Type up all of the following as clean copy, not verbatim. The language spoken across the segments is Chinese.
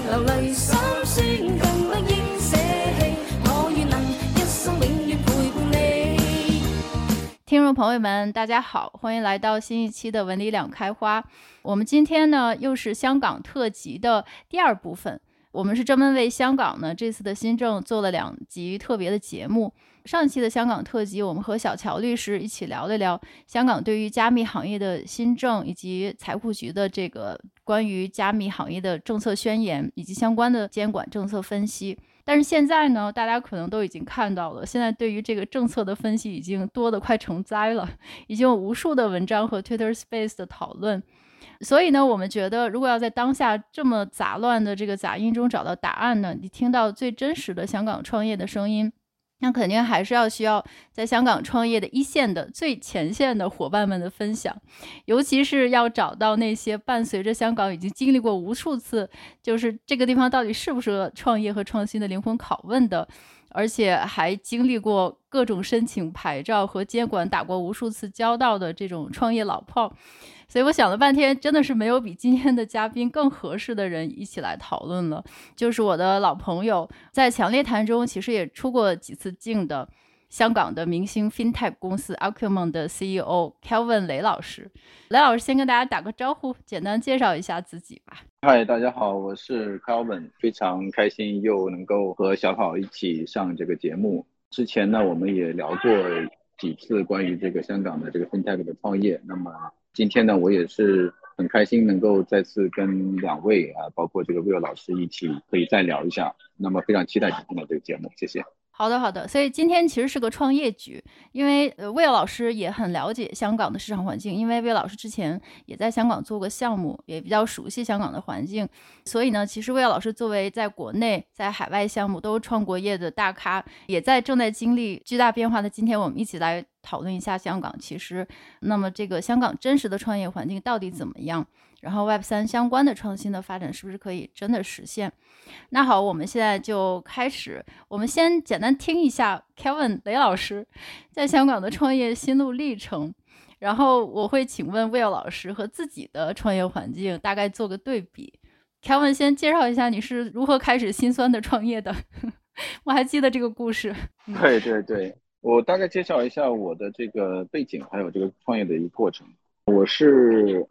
流淚心酸，更不應捨棄。我願能一生永遠陪伴你。 听众朋友们，大家好，欢迎来到新一期的文理两开花。我们今天呢，又是香港特辑的第二部分。我们是专门为香港呢这次的新政做了2集特别的节目。上期的香港特辑，我们和小乔律师一起聊了聊香港对于加密行业的新政，以及财库局的这个关于加密行业的政策宣言，以及相关的监管政策分析。但是现在呢，大家可能都已经看到了，现在对于这个政策的分析已经多得快成灾了，已经有无数的文章和 Twitter Space 的讨论。所以呢，我们觉得如果要在当下这么杂乱的这个杂音中找到答案呢，你听到最真实的香港创业的声音，那肯定还是需要在香港创业的一线的最前线的伙伴们的分享，尤其是要找到那些伴随着香港已经经历过无数次就是这个地方到底适不适合创业和创新的灵魂拷问的，而且还经历过各种申请牌照和监管打过无数次交道的这种创业老炮。所以我想了半天，真的是没有比今天的嘉宾更合适的人一起来讨论了，就是我的老朋友，在强烈谈中其实也出过几次镜的香港的明星 FinTech 公司 Acumen 的 CEO Kelvin 雷老师。雷老师先跟大家打个招呼，简单介绍一下自己吧。 嗨，大家好，我是 Kelvin， 非常开心又能够和小跑一起上这个节目。之前呢，我们也聊过几次关于这个香港的这个 FinTech 的创业，那么今天呢，我也是很开心能够再次跟2位包括这个 Will 老师一起可以再聊一下，那么非常期待今天的这个节目，谢谢。 好的，所以今天其实是个创业局，因为Will 老师也很了解香港的市场环境，因为Will老师之前也在香港做过项目，也比较熟悉香港的环境，所以呢，其实Will老师作为在国内在海外项目都创过业的大咖，也在正在经历巨大变化的今天，我们一起来讨论一下香港，其实那么这个香港真实的创业环境到底怎么样，然后 Web3 相关的创新的发展是不是可以真的实现。那好，我们现在就开始，我们先简单听一下 Kelvin 雷老师在香港的创业心路历程，然后我会请问 Will 老师和自己的创业环境大概做个对比。 Kelvin 先介绍一下你是如何开始心酸的创业的我还记得这个故事。 对，我大概介绍一下我的这个背景还有这个创业的一个过程。我是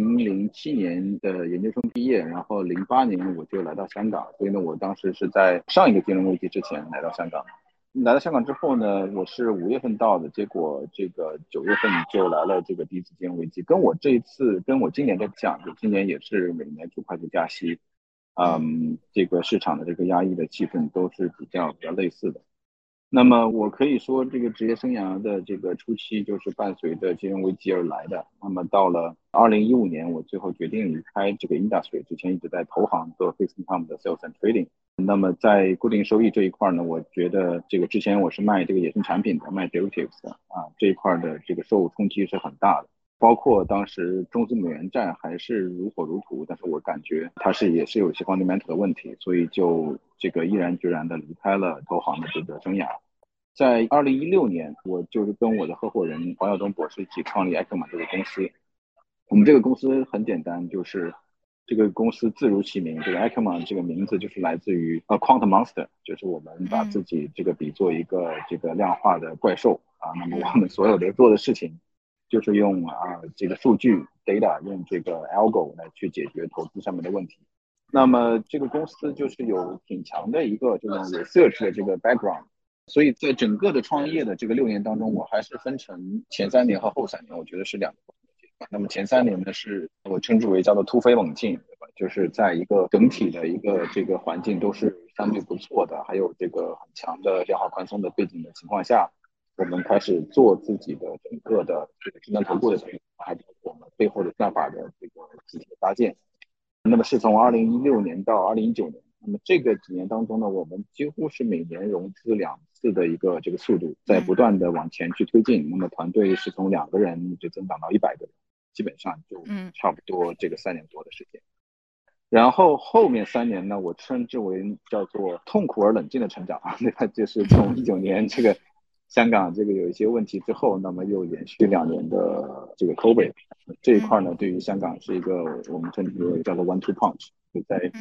2007年的研究生毕业，然后08年我就来到香港，所以呢，我当时是在上一个金融危机之前来到香港。来到香港之后呢，我是5月份到的，结果这个9月份就来了这个第一次金融危机，跟我今年这个像，今年也是美联储快速加息，这个市场的这个压抑的气氛都是比较类似的。那么我可以说这个职业生涯的这个初期就是伴随着金融危机而来的。那么到了2015年，我最后决定离开这个 industry， 之前一直在投行做 fixed income 的 sales and trading。那么在固定收益这一块呢，我觉得这个之前我是卖这个衍生产品的，卖 derivatives 的这一块的这个收入冲击是很大的。包括当时中资美元债还是如火如荼，但是我感觉它也是有一些 fundamental 的问题，所以就这个毅然决然的离开了投行的这个生涯。在2016年，我就是跟我的合伙人黄耀东博士一起创立 Acumen 这个公司。我们这个公司很简单，就是这个公司自如其名，这个 Acumen 这个名字就是来自于Quantum Monster， 就是我们把自己这个比作一个这个量化的怪兽那么我们所有的做的事情就是用这个数据 data， 用这个 algo 来去解决投资上面的问题。那么这个公司就是有挺强的一个这种 research 的这个 background，所以在整个的创业的这个6年当中，我还是分成前3年和后3年，我觉得是2个不同的阶段。那么前3年呢，是我称之为叫做突飞猛进，对吧？就是在一个整体的一个这个环境都是相对不错的，还有这个很强的量化宽松的背景的情况下，我们开始做自己的整个的这个智能投顾的这个，还有我们背后的算法的这个体系的搭建。那么是从2016年到2019年。那么这个几年当中呢，我们几乎是每年融资2次的一个这个速度，在不断的往前去推进。那么团队是从2个人一直增长到100个人，基本上就差不多这个3年多的时间。然后后面3年呢，我称之为叫做痛苦而冷静的成长对吧？就是从19年这个香港这个有一些问题之后，那么又连续2年的这个 COVID 这一块呢，对于香港是一个我们称之为叫做 one two punch， 就在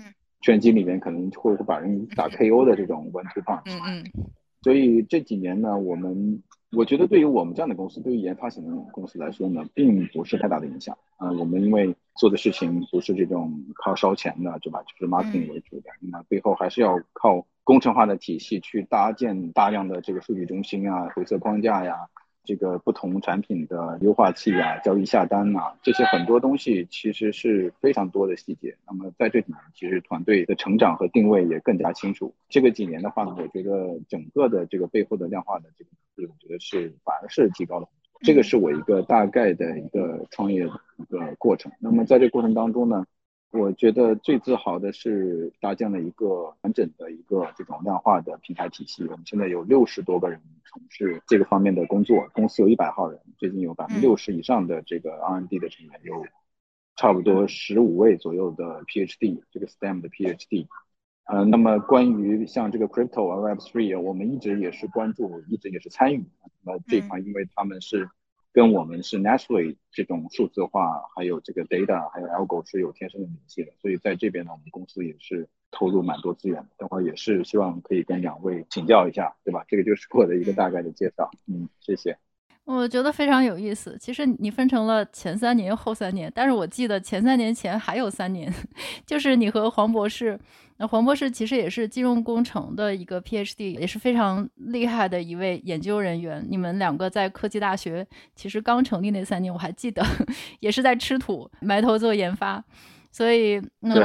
拳击里面可能会把人打 KO 的这种 one-two punch。所以这几年呢，我觉得对于我们这样的公司，对于研发型的公司来说呢，并不是太大的影响。我们因为做的事情不是这种靠烧钱的，对吧？就是 marketing 为主的，那背后还是要靠工程化的体系去搭建大量的这个数据中心啊、灰色框架呀、这个不同产品的优化器啊、交易下单啊，这些很多东西其实是非常多的细节。那么在这几年，其实团队的成长和定位也更加清楚。这个几年的话呢，我觉得整个的这个背后的量化的这个能力，我觉得反而是提高了。这个是我一个大概的一个创业的一个过程。那么在这个过程当中呢，我觉得最自豪的是搭建了一个完整的一个这种量化的平台体系。我们现在有60多个人从事这个方面的工作，公司有100号人，最近有60%以上的这个 R&D 的成员，有差不多15位左右的 PhD， 这个 STEM 的 PhD。那么关于像这个 crypto 啊 Web3 啊，我们一直也是关注，一直也是参与。那这一块因为他们是跟我们是 naturally 这种数字化，还有这个 data， 还有 algo 是有天生的联系的，所以在这边呢，我们公司也是投入蛮多资源的。等会儿也是希望可以跟2位请教一下，对吧？这个就是我的一个大概的介绍。谢谢。 我觉得非常有意思。其实你分成了前3年、后3年，但是我记得前3年前还有3年，就是你和黄博士。黄博士其实也是金融工程的一个 PhD， 也是非常厉害的一位研究人员。你们2个在科技大学其实刚成立那3年，我还记得也是在吃土埋头做研发。所以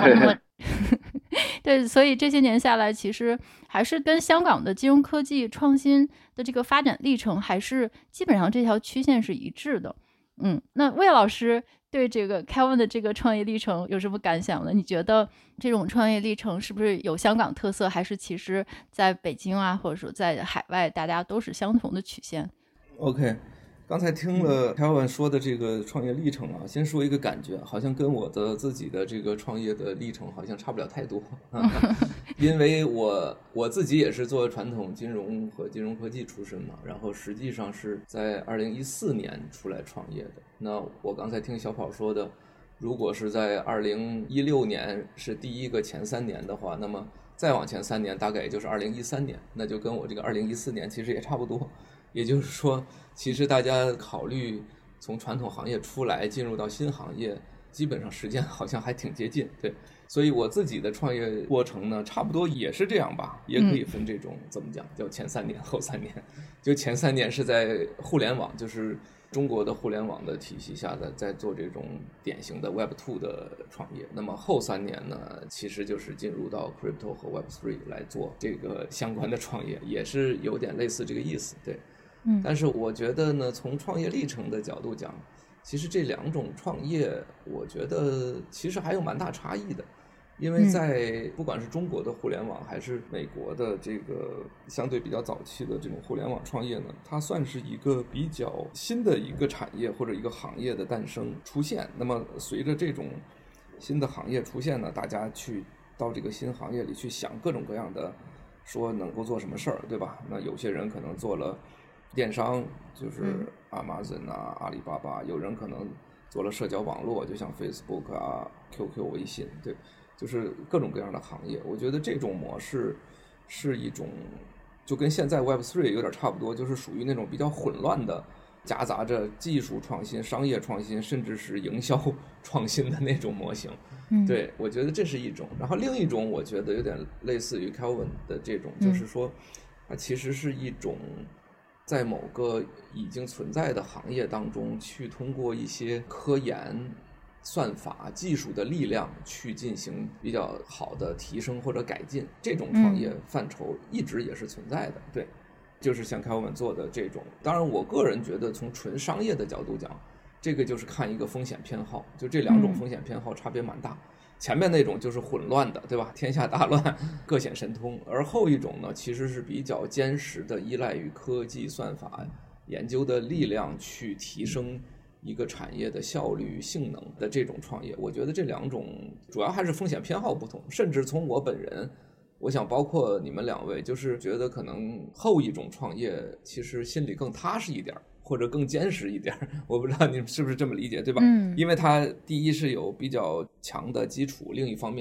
对，所以这些年下来，其实还是跟香港的金融科技创新的这个发展历程，还是基本上这条曲线是一致的。那魏老师对这个 Kevin 的这个创业历程有什么感想呢？你觉得这种创业历程是不是有香港特色，还是其实在北京啊，或者说在海外，大家都是相同的曲线 ？OK。刚才听了 Kevin 说的这个创业历程啊，先说一个感觉，好像跟我的自己的这个创业的历程好像差不了太多。因为我自己也是做传统金融和金融科技出身嘛，然后实际上是在2014年出来创业的。那我刚才听小跑说的，如果是在2016年是第一个前3年的话，那么再往前3年大概也就是2013年，那就跟我这个2014年其实也差不多。也就是说，其实大家考虑从传统行业出来进入到新行业，基本上时间好像还挺接近。对，所以我自己的创业过程呢，差不多也是这样吧，也可以分这种怎么讲，叫前3年后3年。就前3年是在互联网，就是中国的互联网的体系下的，在做这种典型的 Web2 的创业。那么后3年呢，其实就是进入到 Crypto 和 Web3 来做这个相关的创业，也是有点类似这个意思。对。但是我觉得呢，从创业历程的角度讲，其实这2种创业，我觉得其实还有蛮大差异的。因为在不管是中国的互联网，还是美国的这个相对比较早期的这种互联网创业呢，它算是一个比较新的一个产业或者一个行业的诞生出现。那么随着这种新的行业出现呢，大家去到这个新行业里去想各种各样的说能够做什么事儿，对吧？那有些人可能做了电商，就是 Amazon 啊、阿里巴巴，有人可能做了社交网络，就像 Facebook 啊、QQ、微信，对，就是各种各样的行业。我觉得这种模式是一种，就跟现在 Web3 有点差不多，就是属于那种比较混乱的，夹杂着技术创新、商业创新，甚至是营销创新的那种模型。对，我觉得这是一种。然后另一种，我觉得有点类似于 Kevin 的这种，就是说，它其实是一种在某个已经存在的行业当中，去通过一些科研、算法、技术的力量去进行比较好的提升或者改进。这种创业范畴一直也是存在的。对，就是像开文做的这种。当然，我个人觉得从纯商业的角度讲，这个就是看一个风险偏好，就这2种风险偏好差别蛮大。前面那种就是混乱的，对吧？天下大乱，各显神通。而后一种呢，其实是比较坚实的，依赖于科技、算法研究的力量去提升一个产业的效率、性能的这种创业。我觉得这2种主要还是风险偏好不同，甚至从我本人，我想包括你们2位，就是觉得可能后一种创业其实心里更踏实一点，或者更坚实一点，我不知道你们是不是这么理解，对吧？因为它第一是有比较强的基础，另一方面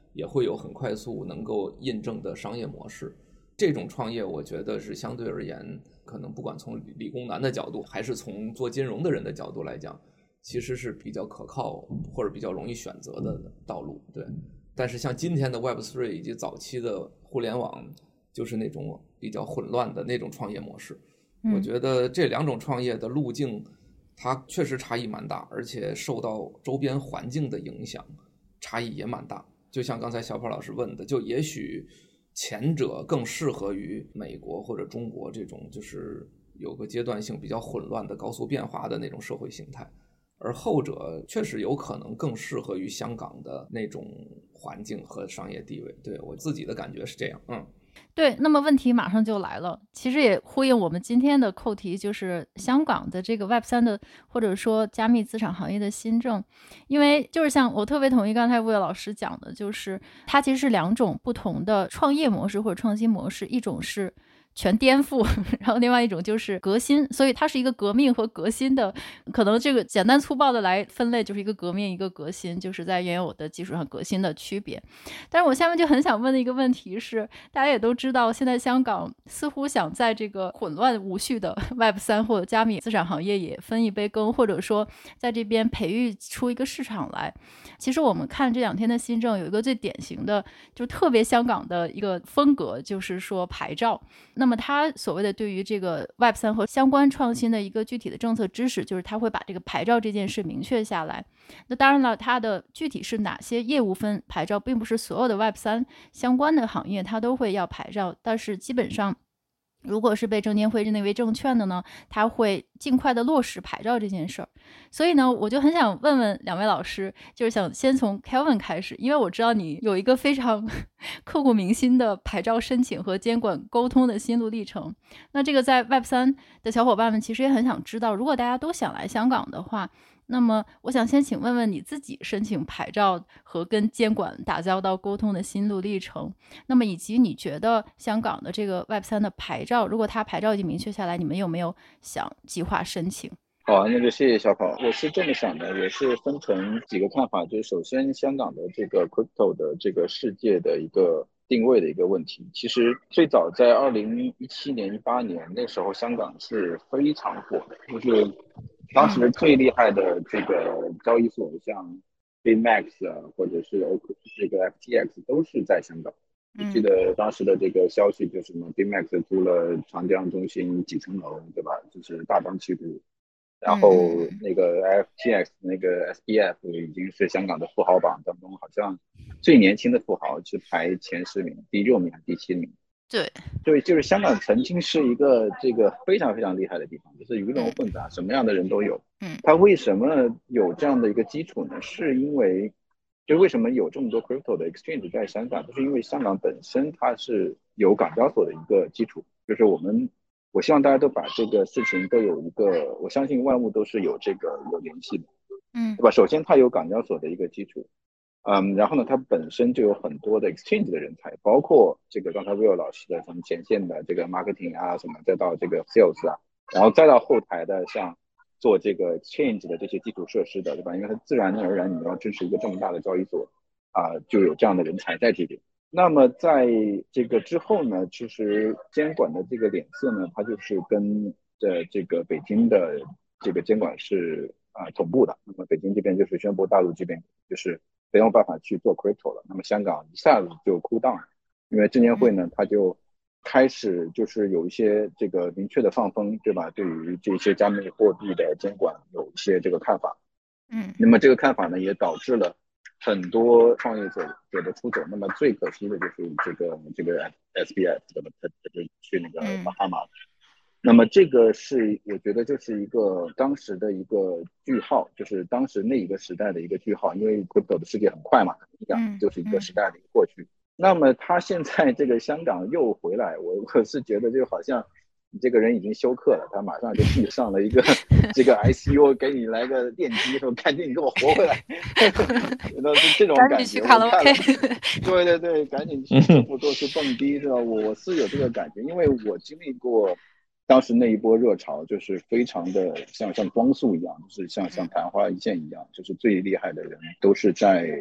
也会有很快速能够印证的商业模式。这种创业我觉得是相对而言，可能不管从理工男的角度还是从做金融的人的角度来讲，其实是比较可靠或者比较容易选择的道路。对，但是像今天的 Web3 以及早期的互联网，就是那种比较混乱的那种创业模式。我觉得这两种创业的路径它确实差异蛮大，而且受到周边环境的影响差异也蛮大。就像刚才小跑老师问的，就也许前者更适合于美国或者中国这种就是有个阶段性比较混乱的高速变化的那种社会形态，而后者确实有可能更适合于香港的那种环境和商业地位。对，我自己的感觉是这样。 对，那么问题马上就来了，其实也呼应我们今天的扣题，就是香港的这个 Web3 的或者说加密资产行业的新政。因为就是像我特别同意刚才魏老师讲的，就是它其实是两种不同的创业模式或者创新模式，一种是全颠覆，然后另外一种就是革新，所以它是一个革命和革新的，可能这个简单粗暴的来分类，就是一个革命一个革新，就是在原有的基础上革新的区别。但是我下面就很想问的一个问题是，大家也都知道现在香港似乎想在这个混乱无序的 Web3 或者加密资产行业也分一杯羹，或者说在这边培育出一个市场来。其实我们看这两天的新政有一个最典型的就特别香港的一个风格，就是说牌照。那么它所谓的对于这个 Web3 和相关创新的一个具体的政策支持，就是它会把这个牌照这件事明确下来。那当然了，它的具体是哪些业务分牌照，并不是所有的 Web3 相关的行业它都会要牌照，但是基本上如果是被证监会认定为证券的呢，它会尽快的落实牌照这件事儿。所以呢，我就很想问问两位老师，就是想先从 Kelvin 开始，因为我知道你有一个非常刻骨铭心的牌照申请和监管沟通的心路历程。那这个在 Web3 的小伙伴们其实也很想知道，如果大家都想来香港的话，那么我想先请问问你自己申请牌照和跟监管打交道沟通的心路历程，那么以及你觉得香港的这个 Web3 的牌照，如果它牌照已经明确下来，你们有没有想计划申请？ 好，那就谢谢小跑。我是这么想的，也是分成几个看法。就是首先，香港的这个 crypto 的这个世界的一个定位的一个问题。其实最早在2017年、18年那时候，香港是非常火的，就是当时最厉害的这个交易所，像 BitMax 啊，或者是这个 FTX 都是在香港。我记得当时的这个消息就是什么 BitMax 租了长江中心几层楼，对吧？就是大张旗鼓。然后那个 FTX 那个 SBF 已经是香港的富豪榜当中好像最年轻的富豪，是排前10名，第6名还是第7名。对，就是香港曾经是一个这个非常非常厉害的地方，就是鱼龙混杂，什么样的人都有。它为什么有这样的一个基础呢？是因为就为什么有这么多 crypto 的 exchange 在香港，就是因为香港本身它是有港交所的一个基础，就是我希望大家都把这个事情都有一个，我相信万物都是有这个有联系的，对吧？首先它有港交所的一个基础，然后呢，它本身就有很多的 exchange 的人才，包括这个刚才 Will 老师的从前线的这个 marketing 啊什么，再到这个 sales 啊，然后再到后台的像做这个 exchange 的这些基础设施的，对吧？因为它自然而然你要支持一个这么大的交易所就有这样的人才在这里。那么在这个之后呢，其实监管的这个脸色呢，它就是跟这个北京的这个监管是同步的。那么北京这边就是宣布大陆这边就是没有办法去做 crypto 了，那么香港一下子就 cool down 了，因为证监会呢，它就开始就是有一些这个明确的放风，对吧？对于这些加密货币的监管有一些这个看法。那么这个看法呢，也导致了很多创业者的出走。那么最可惜的就是这个 SBF 他就去那个巴哈马。那么这个是我觉得就是一个当时的一个句号，就是当时那一个时代的一个句号，因为 crypto 的世界很快嘛，就是一个时代的一个过去。那么他现在这个香港又回来，我是觉得就好像你这个人已经休克了，他马上就递上了一个这个 ICU 给你来个电击，说赶紧给我活回来，这种感觉。赶紧去卡拉 OK。对，赶紧去做不做去蹦迪，是吧？我是有这个感觉，因为我经历过当时那一波热潮，就是非常的像光速一样，就是像昙花一现一样，就是最厉害的人都是在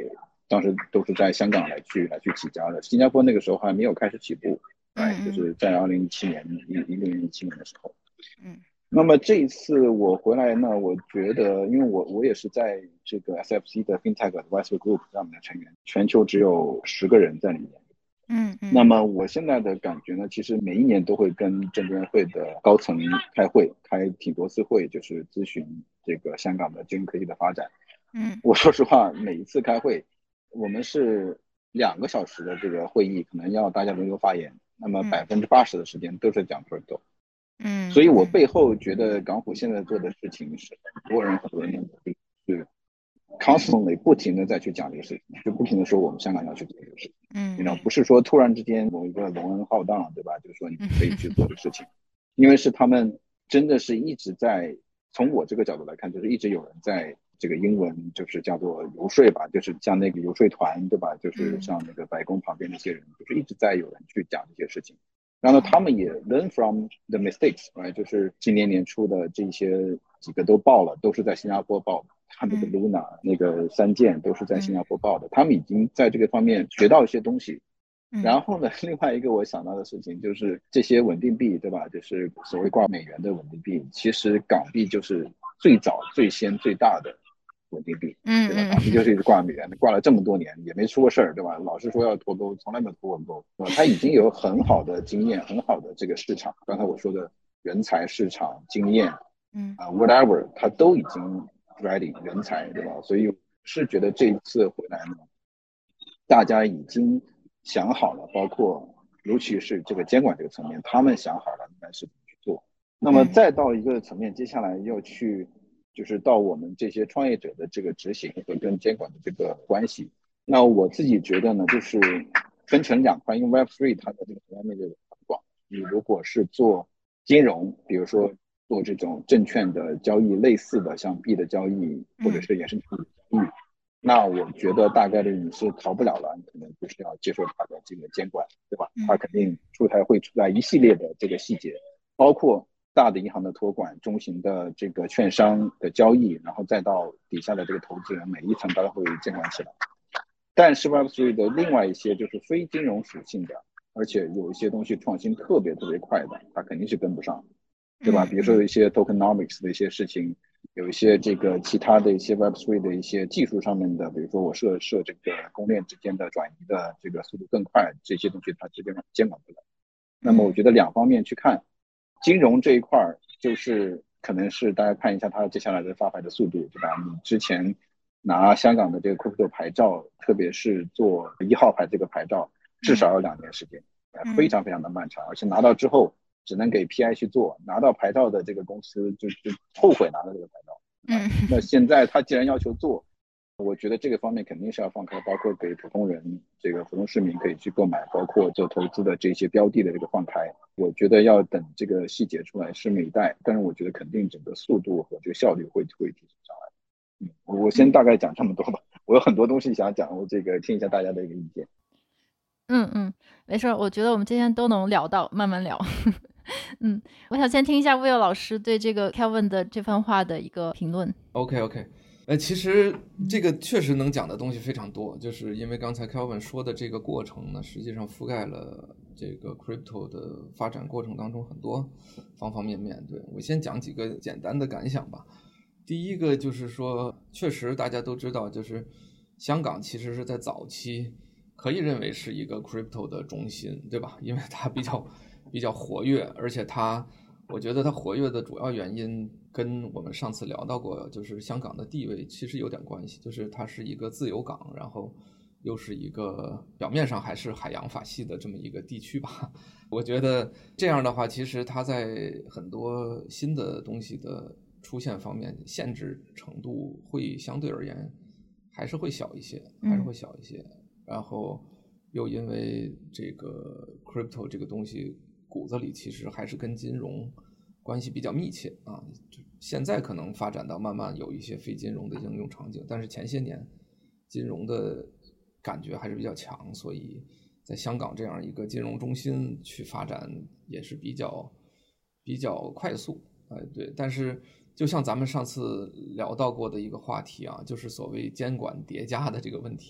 当时都是在香港来去起家的，新加坡那个时候还没有开始起步，就是在2017年、2017年的时候。那么这一次我回来呢，我觉得，因为我也是在这个 SFC 的 FinTech Advisory Group 上面的成员，全球只有10个人在里面。那么我现在的感觉呢，其实每一年都会跟证监会的高层开挺多次会，就是咨询这个香港的金融科技的发展。我说实话，每一次开会，我们是2个小时的这个会议，可能要大家轮流发言，那么80%的时间都是讲 crypto。所以我背后觉得港府现在做的事情是很多人的努力，是 constantly 不停的再去讲这个事情，就不停的说我们香港要去做这个事情。不是说突然之间某一个龙恩浩荡，对吧？就是说你可以去做这个事情，因为是他们真的是一直在，从我这个角度来看，就是一直有人在这个英文就是叫做游说吧，就是像那个游说团，对吧？就是像那个白宫旁边那些人，就是一直在有人去讲这些事情。然后他们也 learn from the mistakes， 就是今年年初的这些几个都爆了，都是在新加坡爆的。他那个 Luna 那个3件都是在新加坡爆的，他们已经在这个方面学到一些东西。然后呢，另外一个我想到的事情就是这些稳定币，对吧？就是所谓挂美元的稳定币，其实港币就是最早、最先、最大的稳定币，对吧？港币就是一直挂美元，挂了这么多年也没出过事儿，对吧？老是说要脱钩，从来没有脱过钩，对吧？它已经有很好的经验，很好的这个市场，刚才我说的人才市场经验，whatever， 它都已经 ready 人才，对吧？所以是觉得这一次回来呢，大家已经想好了，包括尤其是这个监管这个层面，他们想好了应该是怎么去做。那么再到一个层面，接下来要去就是到我们这些创业者的这个执行和跟监管的这个关系。那我自己觉得呢，就是分成2块，因为 Web3 它的这个方面就很广。你如果是做金融，比如说做这种证券的交易类似的，像币的交易，或者是衍生品的交易，那我觉得大概率你是逃不了了，你可能就是要接受它的这个监管，对吧？它肯定会出来一系列的这个细节，包括大的银行的托管、中型的这个券商的交易，然后再到底下的这个投资人，每一层都会监管起来。但是 Web3 的另外一些就是非金融属性的，而且有一些东西创新特别快的，它肯定是跟不上，对吧？比如说一些 tokenomics 的一些事情，有一些这个其他的一些 Web3 的一些技术上面的，比如说我设这个公链之间的转移的这个速度更快，这些东西它基本上监管不了。那么我觉得2方面去看，金融这一块就是可能是大家看一下它接下来的发牌的速度，对吧？你之前拿香港的这个 crypto 牌照，特别是做1号牌这个牌照，至少要2年时间，非常非常的漫长，而且拿到之后只能给 PI 去做，拿到牌照的这个公司就后悔拿到这个牌照。那现在他既然要求做，我觉得这个方面肯定是要放开，包括给普通人、这个普通市民可以去购买，包括做投资的这些标的的这个放开。我觉得要等这个细节出来拭目以待，但是我觉得肯定整个速度和这个效率会提升上来。我先大概讲这么多吧，我有很多东西想讲，我这个听一下大家的一个意见。 没事，我觉得我们今天都能聊到，慢慢聊。我想先听一下 Will 老师对这个 Kelvin 的这番话的一个评论。 OK， 其实这个确实能讲的东西非常多，就是因为刚才 Kelvin 说的这个过程呢，实际上覆盖了这个 crypto 的发展过程当中很多方方面面。对，我先讲几个简单的感想吧。第一个就是说，确实大家都知道，就是香港其实是在早期可以认为是一个 crypto 的中心，对吧？因为它比较活跃，而且我觉得它活跃的主要原因跟我们上次聊到过，就是香港的地位其实有点关系，就是它是一个自由港，然后又是一个表面上还是海洋法系的这么一个地区吧。我觉得这样的话，其实它在很多新的东西的出现方面，限制程度会相对而言还是会小一些，然后又因为这个 crypto 这个东西骨子里其实还是跟金融关系比较密切啊。现在可能发展到慢慢有一些非金融的应用场景，但是前些年金融的感觉还是比较强，所以在香港这样一个金融中心去发展也是比较快速。对，但是就像咱们上次聊到过的一个话题啊，就是所谓监管叠加的这个问题，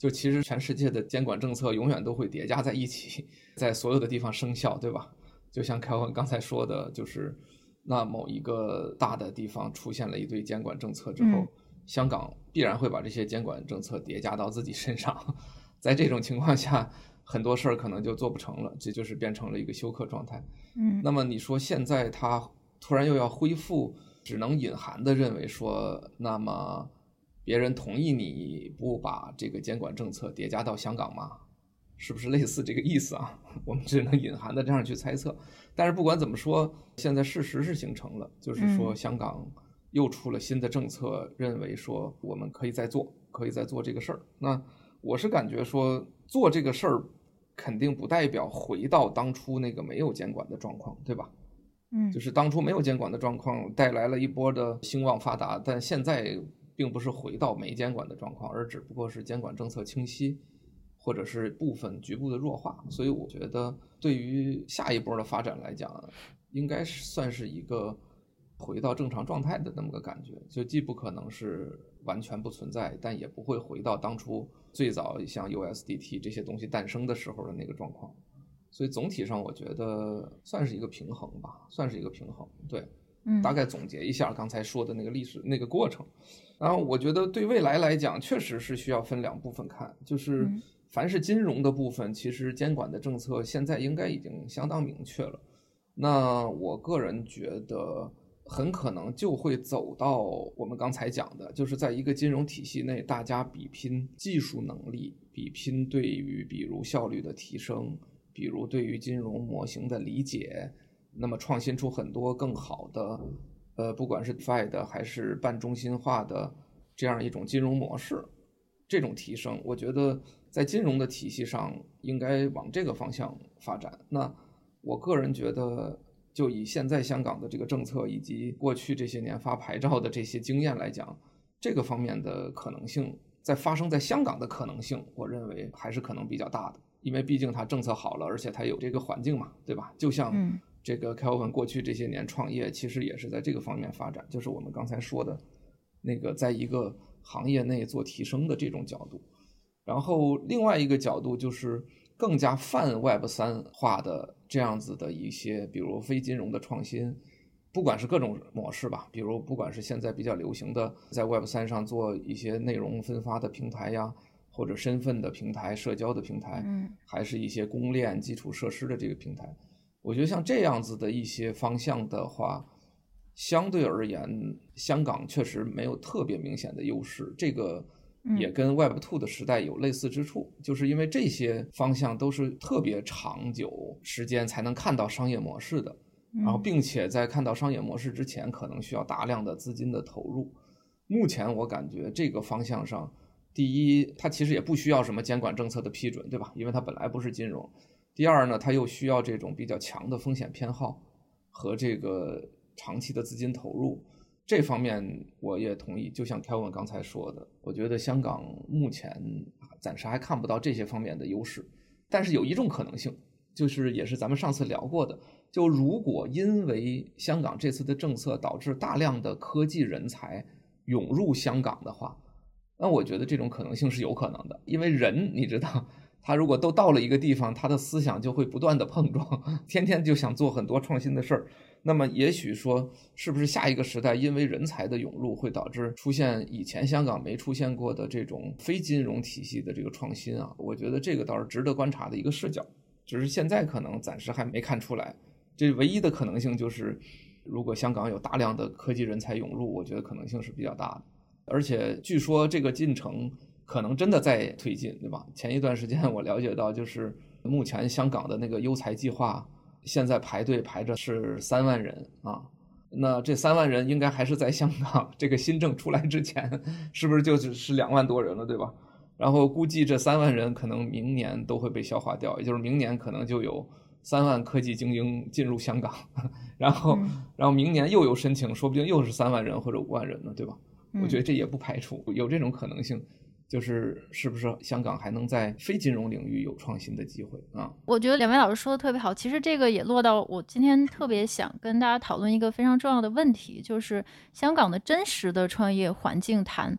就其实全世界的监管政策永远都会叠加在一起，在所有的地方生效，对吧？就像凯文刚才说的，就是那某一个大的地方出现了一堆监管政策之后，香港必然会把这些监管政策叠加到自己身上，在这种情况下，很多事儿可能就做不成了，这就是变成了一个休克状态。那么你说现在他突然又要恢复，只能隐含的认为说，那么别人同意你不把这个监管政策叠加到香港吗？是不是类似这个意思啊？我们只能隐含的这样去猜测。但是不管怎么说，现在事实是形成了，就是说香港又出了新的政策，认为说我们可以再做这个事儿。那我是感觉说做这个事儿肯定不代表回到当初那个没有监管的状况，对吧？就是当初没有监管的状况带来了一波的兴旺发达，但现在并不是回到没监管的状况，而只不过是监管政策清晰，或者是部分局部的弱化。所以我觉得对于下一波的发展来讲，应该算是一个回到正常状态的那么个感觉，就既不可能是完全不存在，但也不会回到当初最早像 USDT 这些东西诞生的时候的那个状况。所以总体上我觉得算是一个平衡吧，算是一个平衡。对，大概总结一下刚才说的那个历史那个过程。然后我觉得对未来来讲确实是需要分两部分看，就是凡是金融的部分，其实监管的政策现在应该已经相当明确了。那我个人觉得很可能就会走到我们刚才讲的，就是在一个金融体系内，大家比拼技术能力，比拼对于比如效率的提升，比如对于金融模型的理解，那么创新出很多更好的不管是 DeFi 的还是半中心化的这样一种金融模式，这种提升我觉得在金融的体系上应该往这个方向发展。那我个人觉得就以现在香港的这个政策以及过去这些年发牌照的这些经验来讲，这个方面的可能性在发生在香港的可能性，我认为还是可能比较大的，因为毕竟它政策好了，而且它有这个环境嘛，对吧？就像这个 Kelvin 过去这些年创业其实也是在这个方面发展，就是我们刚才说的那个在一个行业内做提升的这种角度。然后另外一个角度就是更加泛 Web3 化的这样子的一些比如非金融的创新，不管是各种模式吧，比如不管是现在比较流行的在 Web3 上做一些内容分发的平台呀，或者身份的平台、社交的平台，还是一些公链基础设施的这个平台，我觉得像这样子的一些方向的话，相对而言香港确实没有特别明显的优势，这个也跟 Web2 的时代有类似之处，就是因为这些方向都是特别长久时间才能看到商业模式的，然后并且在看到商业模式之前可能需要大量的资金的投入。目前我感觉这个方向上，第一它其实也不需要什么监管政策的批准，对吧？因为它本来不是金融。第二呢，它又需要这种比较强的风险偏好和这个长期的资金投入，这方面我也同意，就像 Kelvin 刚才说的，我觉得香港目前暂时还看不到这些方面的优势。但是有一种可能性，就是也是咱们上次聊过的，就如果因为香港这次的政策导致大量的科技人才涌入香港的话，那我觉得这种可能性是有可能的。因为人你知道他如果都到了一个地方，他的思想就会不断的碰撞，天天就想做很多创新的事儿。那么也许说是不是下一个时代因为人才的涌入会导致出现以前香港没出现过的这种非金融体系的这个创新啊？我觉得这个倒是值得观察的一个视角，只是现在可能暂时还没看出来。这唯一的可能性就是如果香港有大量的科技人才涌入，我觉得可能性是比较大的。而且据说这个进程可能真的在推进，对吧？前一段时间我了解到，就是目前香港的那个优才计划现在排队排着是3万人啊，那这3万人应该还是在香港这个新政出来之前，是不是就是2万多人了，对吧？然后估计这3万人可能明年都会被消化掉，也就是明年可能就有3万科技精英进入香港，然后明年又有申请，说不定又是3万人或者5万人呢，对吧？我觉得这也不排除有这种可能性，就是是不是香港还能在非金融领域有创新的机会啊？ 我觉得两位老师说的特别好，其实这个也落到我今天特别想跟大家讨论一个非常重要的问题，就是香港的真实的创业环境谈。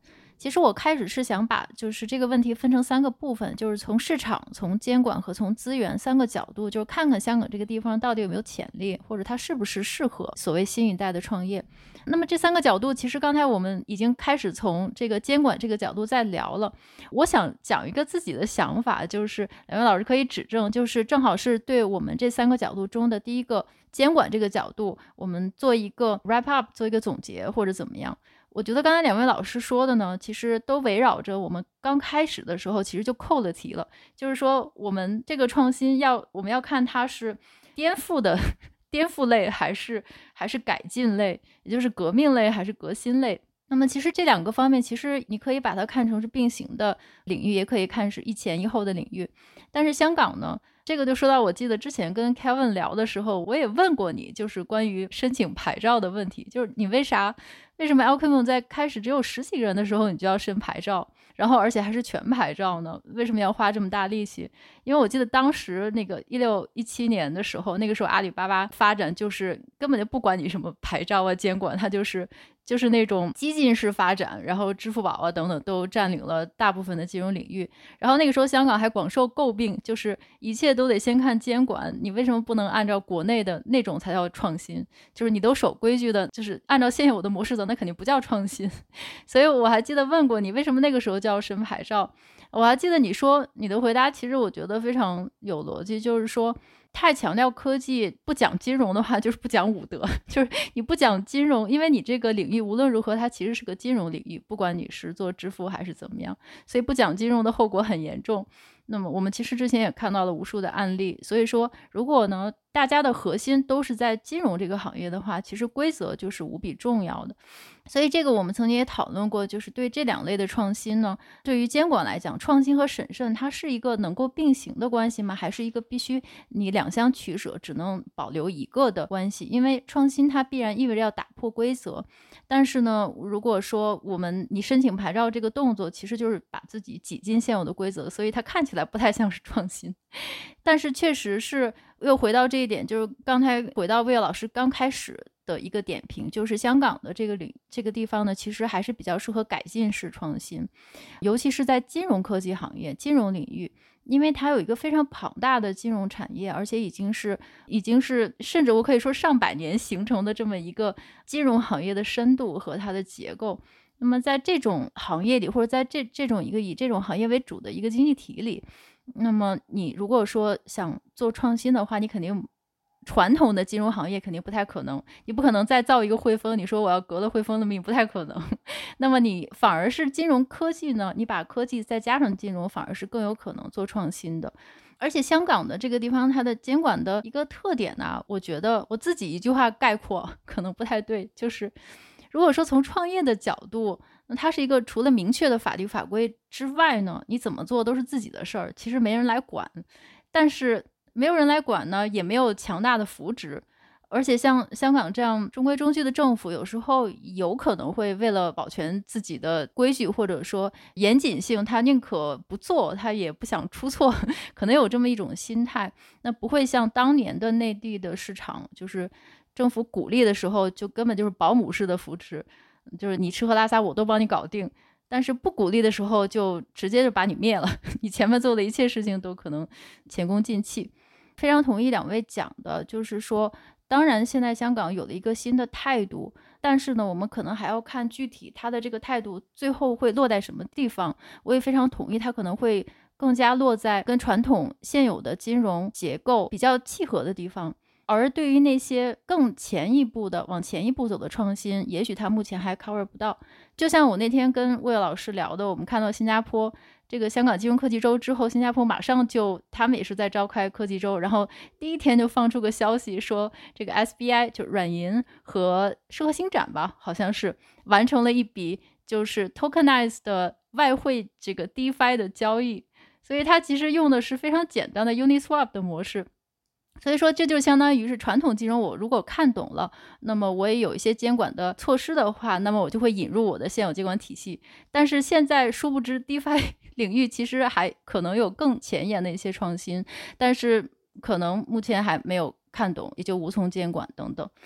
其实我开始是想把就是这个问题分成3个部分，就是从市场、从监管和从资源3个角度，就是看看香港这个地方到底有没有潜力，或者它是不是适合所谓新一代的创业。那么这3个角度，其实刚才我们已经开始从这个监管这个角度在聊了。我想讲一个自己的想法，就是两位老师可以指正，就是正好是对我们这3个角度中的第一个监管这个角度，我们做一个 wrap up， 做一个总结或者怎么样。我觉得刚才两位老师说的呢，其实都围绕着我们刚开始的时候其实就扣了题了，就是说我们这个创新我们要看它是颠覆的颠覆类还是改进类，也就是革命类还是革新类。那么其实这2个方面，其实你可以把它看成是并行的领域，也可以看是一前一后的领域。但是香港呢，这个就说到我记得之前跟 Kevin 聊的时候，我也问过你，就是关于申请牌照的问题，就是你为什么 Alchemon 在开始只有10几个人的时候你就要申牌照，然后而且还是全牌照呢？为什么要花这么大力气？因为我记得当时那个16、17年的时候，那个时候阿里巴巴发展就是根本就不管你什么牌照啊监管，它就是那种激进式发展，然后支付宝啊等等都占领了大部分的金融领域。然后那个时候香港还广受诟病，就是一切都得先看监管，你为什么不能按照国内的那种才叫创新？就是你都守规矩的，就是按照现有的模式走，那肯定不叫创新。所以我还记得问过你，为什么那个时候就要申牌照？我还记得你说你的回答，其实我觉得非常有逻辑，就是说太强调科技不讲金融的话，就是不讲武德，就是你不讲金融，因为你这个领域无论如何它其实是个金融领域，不管你是做支付还是怎么样，所以不讲金融的后果很严重。那么我们其实之前也看到了无数的案例，所以说如果呢大家的核心都是在金融这个行业的话，其实规则就是无比重要的。所以这个我们曾经也讨论过，就是对这2类的创新呢，对于监管来讲，创新和审慎它是一个能够并行的关系吗？还是一个必须你2相取舍，只能保留一个的关系？因为创新它必然意味着要打破规则，但是呢，如果说你申请牌照这个动作其实就是把自己挤进现有的规则，所以它看起来不太像是创新。但是确实是又回到这一点，就是刚才回到魏老师刚开始的一个点评，就是香港的这个地方呢，其实还是比较适合改进式创新，尤其是在金融科技行业、金融领域，因为它有一个非常庞大的金融产业，而且已经是甚至我可以说上百年形成的这么一个金融行业的深度和它的结构。那么在这种行业里，或者在这种一个以这种行业为主的一个经济体里，那么你如果说想做创新的话，你肯定传统的金融行业肯定不太可能，你不可能再造一个汇丰，你说我要革了汇丰的命，不太可能。那么你反而是金融科技呢，你把科技再加上金融，反而是更有可能做创新的。而且香港的这个地方它的监管的一个特点呢，我觉得我自己一句话概括可能不太对，就是如果说从创业的角度，那它是一个除了明确的法律法规之外呢，你怎么做都是自己的事儿，其实没人来管。但是没有人来管呢，也没有强大的扶植，而且像香港这样中规中矩的政府，有时候有可能会为了保全自己的规矩或者说严谨性，他宁可不做，他也不想出错，可能有这么一种心态。那不会像当年的内地的市场，就是政府鼓励的时候就根本就是保姆式的扶持，就是你吃喝拉撒我都帮你搞定，但是不鼓励的时候就直接就把你灭了，你前面做的一切事情都可能前功尽弃。非常同意两位讲的，就是说当然现在香港有了一个新的态度，但是呢我们可能还要看具体它的这个态度最后会落在什么地方。我也非常同意它可能会更加落在跟传统现有的金融结构比较契合的地方，而对于那些更前一步的往前一步走的创新，也许它目前还 cover 不到。就像我那天跟魏老师聊的，我们看到新加坡这个香港金融科技周之后，新加坡马上就他们也是在召开科技周，然后第一天就放出个消息说这个 SBI 就软银和世和星展吧，好像是完成了一笔就是 tokenized 的外汇这个 DeFi 的交易，所以它其实用的是非常简单的 Uniswap 的模式。所以说这就相当于是传统金融我如果看懂了，那么我也有一些监管的措施的话，那么我就会引入我的现有监管体系。但是现在殊不知 DeFi 领域其实还可能有更前沿的一些创新，但是可能目前还没有看懂，也就无从监管等等。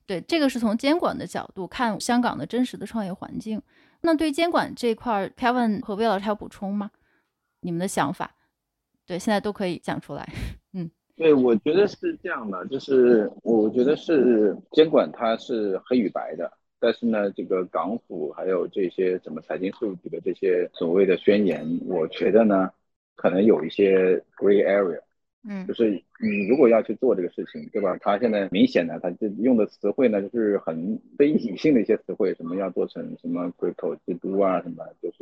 对，这个是从监管的角度看香港的真实的创业环境。那对监管这块 Kevin 和魏老师还有补充吗？你们的想法？对，现在都可以讲出来。 对，我觉得是这样的，就是我觉得是监管它是黑与白的，但是呢，这个港府还有这些什么财经数据的这些所谓的宣言，我觉得呢，可能有一些 gray area。就是你如果要去做这个事情，对吧？他现在明显的，他就用的词汇呢，就是很非理性的一些词汇，什么要做成什么 crypto 之都啊，什么就是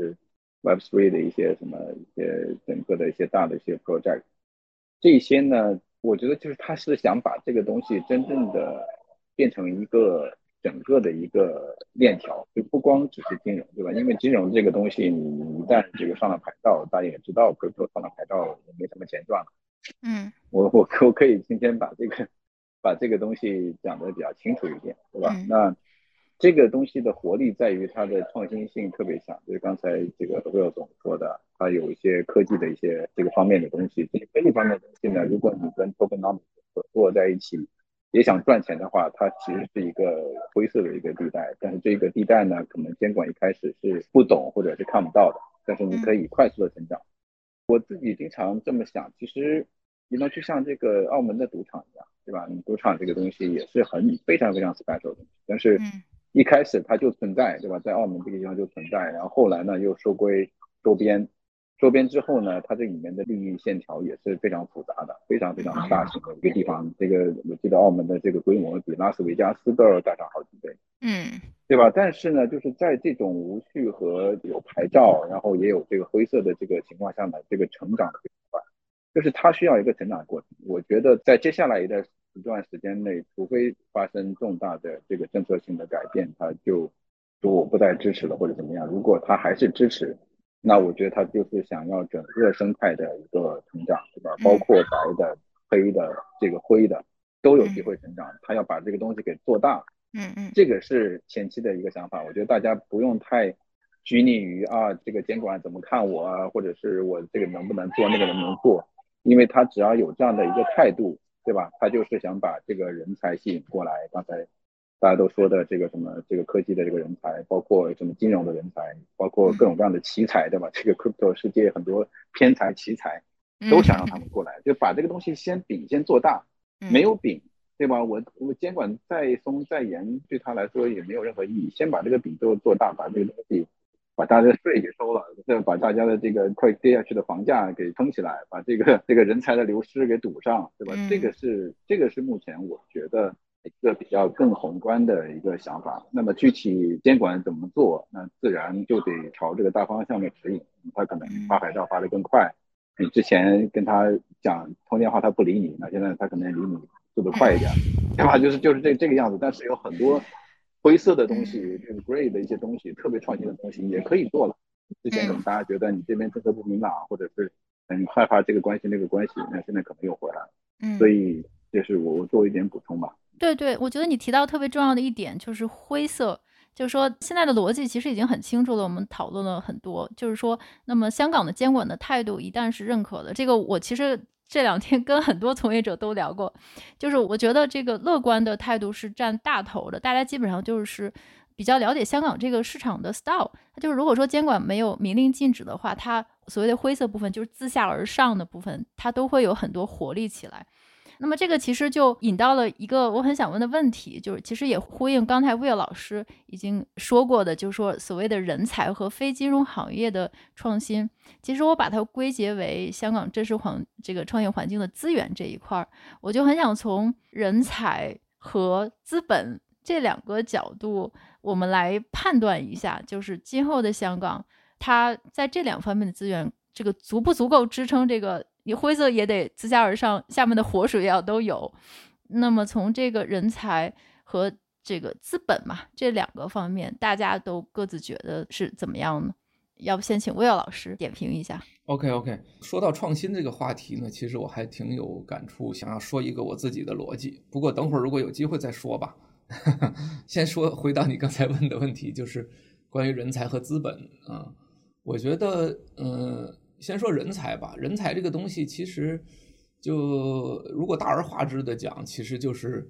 Web3 的一些什么一些整个的一些大的一些 project， 这些呢，我觉得就是他是想把这个东西真正的变成一个整个的一个链条，就不光只是金融，对吧？因为金融这个东西，你一旦这个上了牌照，大家也知道 crypto 上了牌照也没什么钱赚了。我可以今天把这个东西讲得比较清楚一点，对吧？那这个东西的活力在于它的创新性特别强，就是刚才这个Will总说的，它有一些科技的一些这个方面的东西。这些科技方面的东西呢，如果你跟 tokenomics 合作在一起，也想赚钱的话，它其实是一个灰色的一个地带。但是这个地带呢，可能监管一开始是不懂或者是看不到的，但是你可以快速的成长。我自己经常这么想，其实就像这个澳门的赌场一样，对吧？你赌场这个东西也是非常非常 special 的东西，但是一开始它就存在，对吧？在澳门这个地方就存在，然后后来呢又收归周边之后呢，它这里面的利益线条也是非常复杂的，非常非常大型的一个地方。这个我记得澳门的这个规模比拉斯维加斯都要大上好几倍，对吧？但是呢，就是在这种无序和有牌照，然后也有这个灰色的这个情况下呢，这个成长的这块，就是它需要一个成长过程。我觉得在接下来一段时间内，除非发生重大的这个政策性的改变，它就说我不再支持了或者怎么样。如果它还是支持，那我觉得它就是想要整个生态的一个成长，对吧？包括白的、黑的、这个灰的都有机会成长。它要把这个东西给做大。这个是前期的一个想法，我觉得大家不用太拘泥于这个监管怎么看我啊，或者是我这个能不能做，那个能不能做，因为他只要有这样的一个态度，对吧？他就是想把这个人才吸引过来。刚才大家都说的这个什么这个科技的这个人才，包括什么金融的人才，包括各种各样的奇才，对吧？这个 crypto 世界很多天才奇才都想让他们过来，就把这个东西先做大，没有饼。对吧？我监管再松再严，对他来说也没有任何意义。先把这个饼做大，把这个东西，把大家的税给收了，再把大家的这个快跌下去的房价给撑起来，把这个人才的流失给堵上，对吧？这个是目前我觉得一个比较更宏观的一个想法。那么具体监管怎么做，那自然就得朝这个大方向的指引。他可能发牌照发得更快，你之前跟他讲通电话他不理你，那现在他可能理你速度快一点，对吧？就是这个样子。但是有很多灰色的东西，这个 gray 的一些东西，特别创新的东西也可以做了。之前可能大家觉得你这边政策不明朗，或者是很害怕这个关系那个关系，那现在可能又回来了。所以这是我做一点补充吧。 对，我觉得你提到特别重要的一点就是灰色，就是说现在的逻辑其实已经很清楚了，我们讨论了很多，就是说那么香港的监管的态度一旦是认可的，这个我其实这2天跟很多从业者都聊过，就是我觉得这个乐观的态度是占大头的，大家基本上就是比较了解香港这个市场的 style， 就是如果说监管没有明令禁止的话，它所谓的灰色部分就是自下而上的部分，它都会有很多活力起来。那么这个其实就引到了一个我很想问的问题，就是其实也呼应刚才Will老师已经说过的，就是说所谓的人才和非金融行业的创新，其实我把它归结为香港真实这个创业环境的资源这一块，我就很想从人才和资本这2个角度我们来判断一下，就是今后的香港它在这2方面的资源这个足不足够支撑这个，你灰色也得自下而上，下面的活水也要都有。那么从这个人才和这个资本嘛，这2个方面大家都各自觉得是怎么样呢？要不先请Will老师点评一下。 OK， 说到创新这个话题呢，其实我还挺有感触，想要说一个我自己的逻辑，不过等会儿如果有机会再说吧。先回答你刚才问的问题，就是关于人才和资本啊。我觉得先说人才吧。人才这个东西其实就如果大而化之的讲，其实就是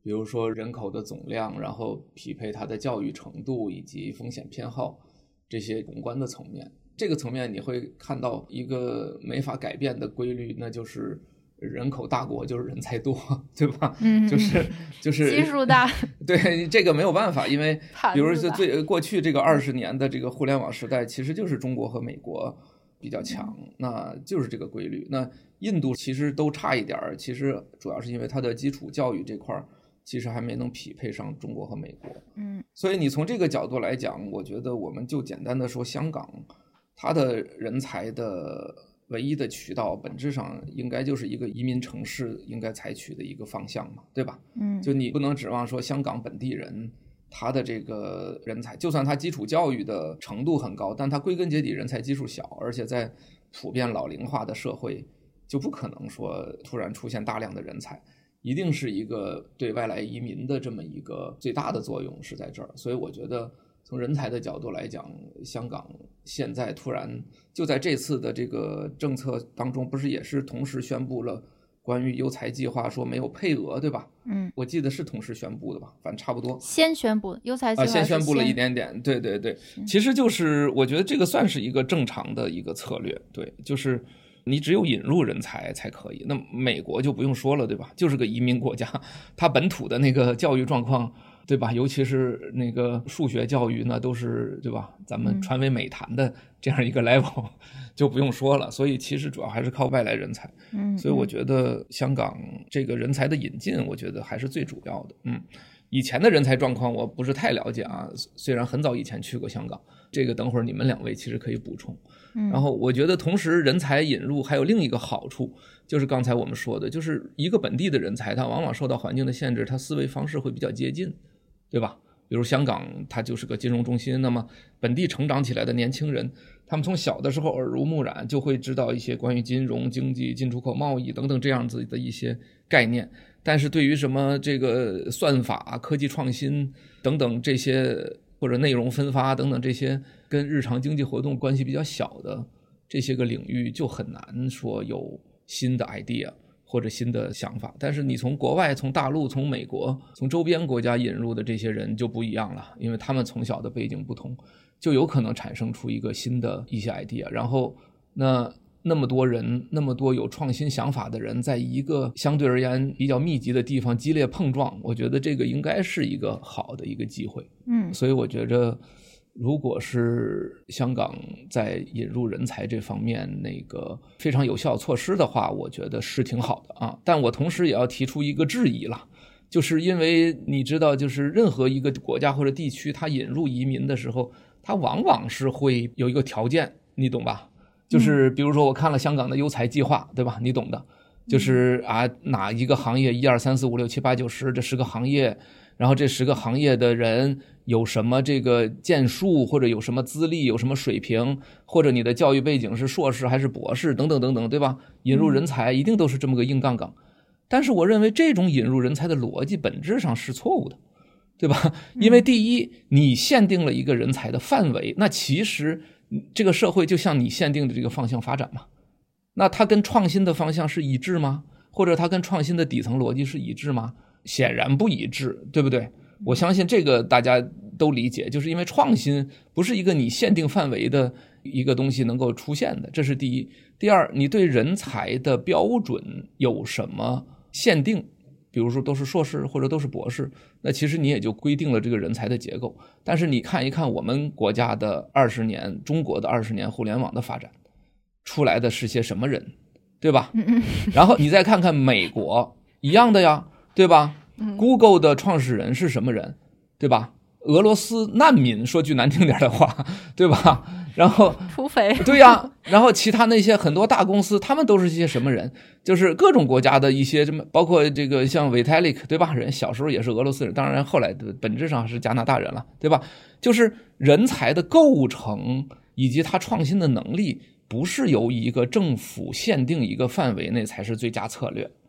比如说人口的总量，然后匹配它的教育程度以及风险偏好这些宏观的层面。这个层面你会看到一个没法改变的规律，那就是人口大国就是人才多，对吧？就是基数大。 对，这个没有办法，因为比如说过去这个20年的这个互联网时代，其实就是中国和美国比较强，那就是这个规律。那印度其实都差一点，其实主要是因为它的基础教育这块其实还没能匹配上中国和美国。所以你从这个角度来讲，我觉得我们就简单的说香港，它的人才的唯一的渠道本质上应该就是一个移民城市应该采取的一个方向嘛，对吧？就你不能指望说香港本地人他的这个人才，就算他基础教育的程度很高，但他归根结底人才基数小，而且在普遍老龄化的社会，就不可能说突然出现大量的人才，一定是一个对外来移民的这么一个最大的作用是在这儿。所以我觉得从人才的角度来讲，香港现在突然就在这次的这个政策当中，不是也是同时宣布了关于优才计划，说没有配额，对吧？我记得是同时宣布的吧，反正差不多。 先宣布优才计划先宣布了一点点，对对对。其实就是我觉得这个算是一个正常的一个策略，对，就是你只有引入人才才可以。那美国就不用说了，对吧？就是个移民国家，它本土的那个教育状况，对吧？尤其是那个数学教育，那都是，对吧？咱们传为美谈的这样一个 level，就不用说了。所以其实主要还是靠外来人才。所以我觉得香港这个人才的引进，我觉得还是最主要的。以前的人才状况我不是太了解啊，虽然很早以前去过香港，这个等会儿你们两位其实可以补充。然后我觉得同时人才引入还有另一个好处，就是刚才我们说的，就是一个本地的人才，他往往受到环境的限制，他思维方式会比较接近，对吧？比如香港它就是个金融中心，那么本地成长起来的年轻人，他们从小的时候耳濡目染，就会知道一些关于金融经济、进出口贸易等等这样子的一些概念。但是对于什么这个算法、科技创新等等这些，或者内容分发等等这些跟日常经济活动关系比较小的这些个领域，就很难说有新的 idea或者新的想法。但是你从国外、从大陆、从美国、从周边国家引入的这些人就不一样了，因为他们从小的背景不同，就有可能产生出一个新的一些 idea。然后那么多人，那么多有创新想法的人，在一个相对而言比较密集的地方激烈碰撞，我觉得这个应该是一个好的一个机会。所以我觉得如果是香港在引入人才这方面那个非常有效措施的话，我觉得是挺好的啊。但我同时也要提出一个质疑了，就是因为你知道，就是任何一个国家或者地区，它引入移民的时候，它往往是会有一个条件，你懂吧？就是比如说我看了香港的优才计划，对吧？你懂的，就是哪一个行业1、2、3、4、5、6、7、8、9、10这10个行业，然后这10个行业的人有什么这个建树，或者有什么资历，有什么水平，或者你的教育背景是硕士还是博士等等等等，对吧？引入人才一定都是这么个硬杠杠。但是我认为这种引入人才的逻辑本质上是错误的，对吧？因为第一，你限定了一个人才的范围，那其实这个社会就像你限定的这个方向发展嘛，那它跟创新的方向是一致吗？或者它跟创新的底层逻辑是一致吗？显然不一致，对不对？我相信这个大家都理解，就是因为创新不是一个你限定范围的一个东西能够出现的，这是第一。第二，你对人才的标准有什么限定？比如说都是硕士或者都是博士，那其实你也就规定了这个人才的结构。但是你看一看我们国家的20年，中国的20年互联网的发展出来的是些什么人，对吧？然后你再看看美国，一样的呀，对吧？Google 的创始人是什么人，对吧？俄罗斯难民，说句难听点的话，对吧？然后土匪， 对呀，然后其他那些很多大公司，他们都是一些什么人？就是各种国家的一些什么，包括这个像 Vitalik， 对吧？人小时候也是俄罗斯人，当然后来本质上是加拿大人了，对吧？就是人才的构成以及他创新的能力，不是由一个政府限定一个范围内才是最佳策略。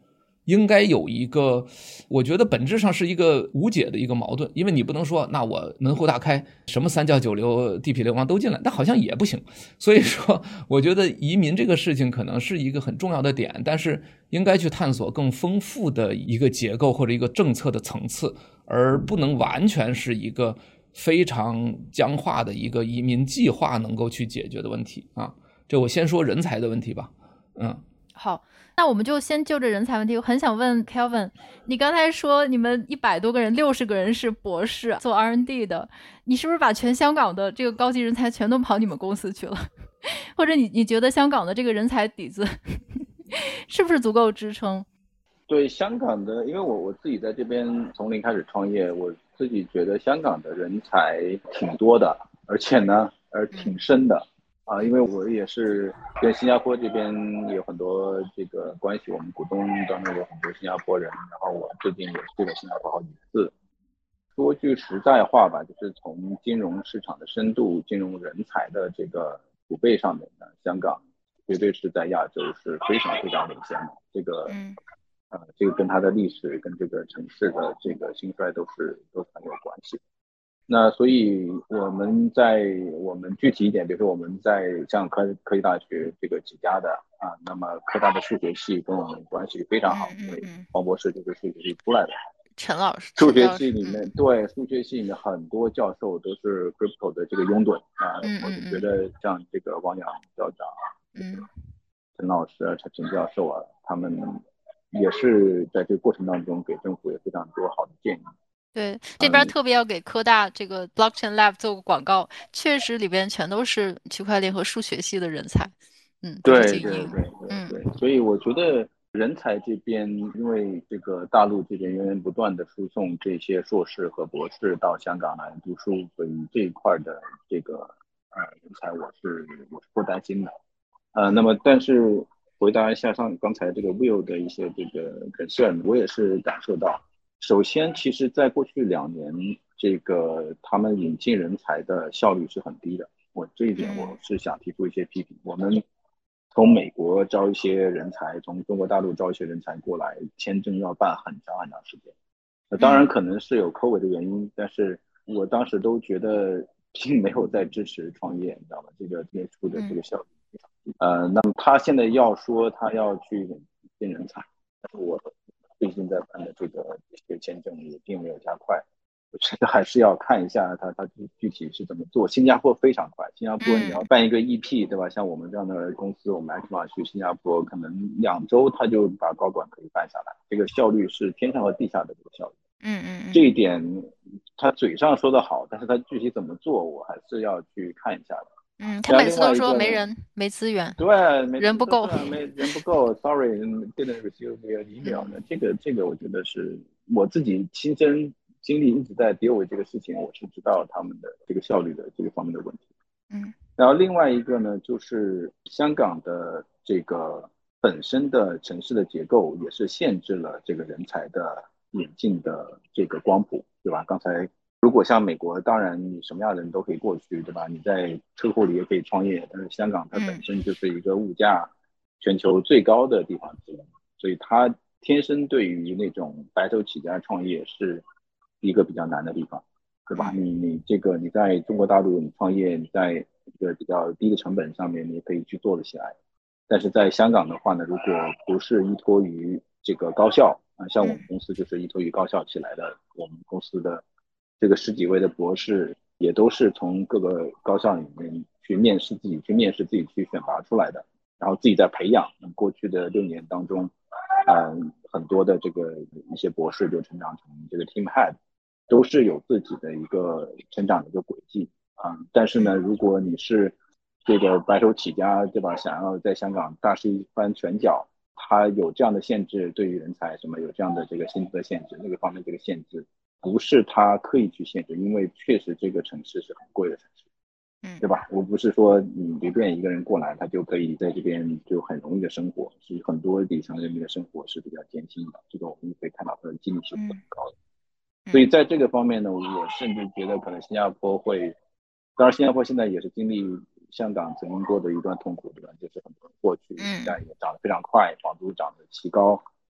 应该有一个，我觉得本质上是一个无解的一个矛盾，因为你不能说那我门户大开，什么三教九流、地痞流氓都进来，那好像也不行。所以说，我觉得移民这个事情可能是一个很重要的点，但是应该去探索更丰富的一个结构或者一个政策的层次，而不能完全是一个非常僵化的一个移民计划能够去解决的问题啊。这我先说人才的问题吧。 好，那我们就先就着人才问题，我很想问 Kelvin， 你刚才说你们100多个人，60个人是博士做 R&D 的，你是不是把全香港的这个高级人才全都跑你们公司去了？或者你觉得香港的这个人才底子是不是足够支撑？ 对香港的，因为我自己在这边从零开始创业，我自己觉得香港的人才挺多的，而且呢，挺深的。因为我也是跟新加坡这边有很多这个关系，我们股东当中有很多新加坡人，然后我最近也去了新加坡好几次。说句实在话吧，就是从金融市场的深度、金融人才的这个储备上面呢，香港绝对是在亚洲是非常非常领先的。这个跟它的历史跟这个城市的这个兴衰都很有关系。那所以我们具体一点，比如说我们在像科技大学这个几家的那么科大的数学系跟我们关系非常好，因为黄博士就是数学系出来的。 陈老师， 数学系里面，对，数学系里面很多教授都是 crypto 的这个拥趸我就觉得像这个王阳校长，陈老师啊、陈教授啊，他们也是在这个过程当中给政府有非常多好的建议。 对，这边特别要给科大这个 Blockchain Lab 做个广告，确实里边全都是区块链和数学系的人才， 对，所以我觉得人才这边，因为这个大陆这边源源不断的输送这些硕士和博士到香港来读书，所以这一块的这个人才我是不担心的。那么但是回答一下刚才这个 Will 的一些这个 concern， 我也是感受到。首先，其实在过去2年，这个他们引进人才的效率是很低的。这一点我是想提出一些批评。我们从美国招一些人才，从中国大陆招一些人才过来，签证要办很长很长时间。当然可能是有 COVID 的原因，但是我当时都觉得并没有在支持创业，你知道吗？这个接触的这个效率非常低。那么他现在要说他要去引进人才，但是我最近在办的这个签证也并没有加快，我觉得还是要看一下它具体是怎么做。新加坡非常快，新加坡你要办一个 EP，对吧？像我们这样的公司，我们 Activa 去新加坡，可能2周他就把高管可以办下来，这个效率是天上和地下的这个效率。这一点他嘴上说的好，但是他具体怎么做，我还是要去看一下的。 他每次都说没人、没资源， 对， 人不够， 人不够 ，sorry didn't receive your email 呢。这个我觉得是我自己亲身经历，一直在deal with这个事情，我是知道他们的这个效率的这个方面的问题。然后另外一个呢，就是香港的这个本身的城市的结构也是限制了这个人才的引进的这个光谱，对吧？刚才如果像美国，当然你什么样的人都可以过去，对吧？你在车库里也可以创业，但是香港它本身就是一个物价全球最高的地方之一，所以它天生对于那种白手起家创业是一个比较难的地方，对吧？你在中国大陆你创业，你在一个比较低的成本上面你可以去做得起来，但是在香港的话呢，如果不是依托于这个高校像我们公司就是依托于高校起来的，我们公司的这个10几位的博士也都是从各个高校里面去面试自己去选拔出来的，然后自己在培养。过去的6年当中很多的这个一些博士就成长成这个 team head， 都是有自己的一个成长的一个轨迹但是呢，如果你是这个白手起家，对吧？想要在香港大施一番拳脚，它有这样的限制，对于人才什么有这样的这个薪资的限制，那个方面这个限制不是他刻意去限制，因为确实这个城市是很贵的城市，对吧？我不是说你随便一个人过来，他就可以在这边就很容易的生活，是很多底层人民的生活是比较艰辛的，这个我们可以看到它的经济是很高的。所以在这个方面呢，我甚至觉得可能新加坡会，当然新加坡现在也是经历香港曾经过的一段痛苦，对吧？就是很多人过去物价也涨得非常快，房租涨得奇高，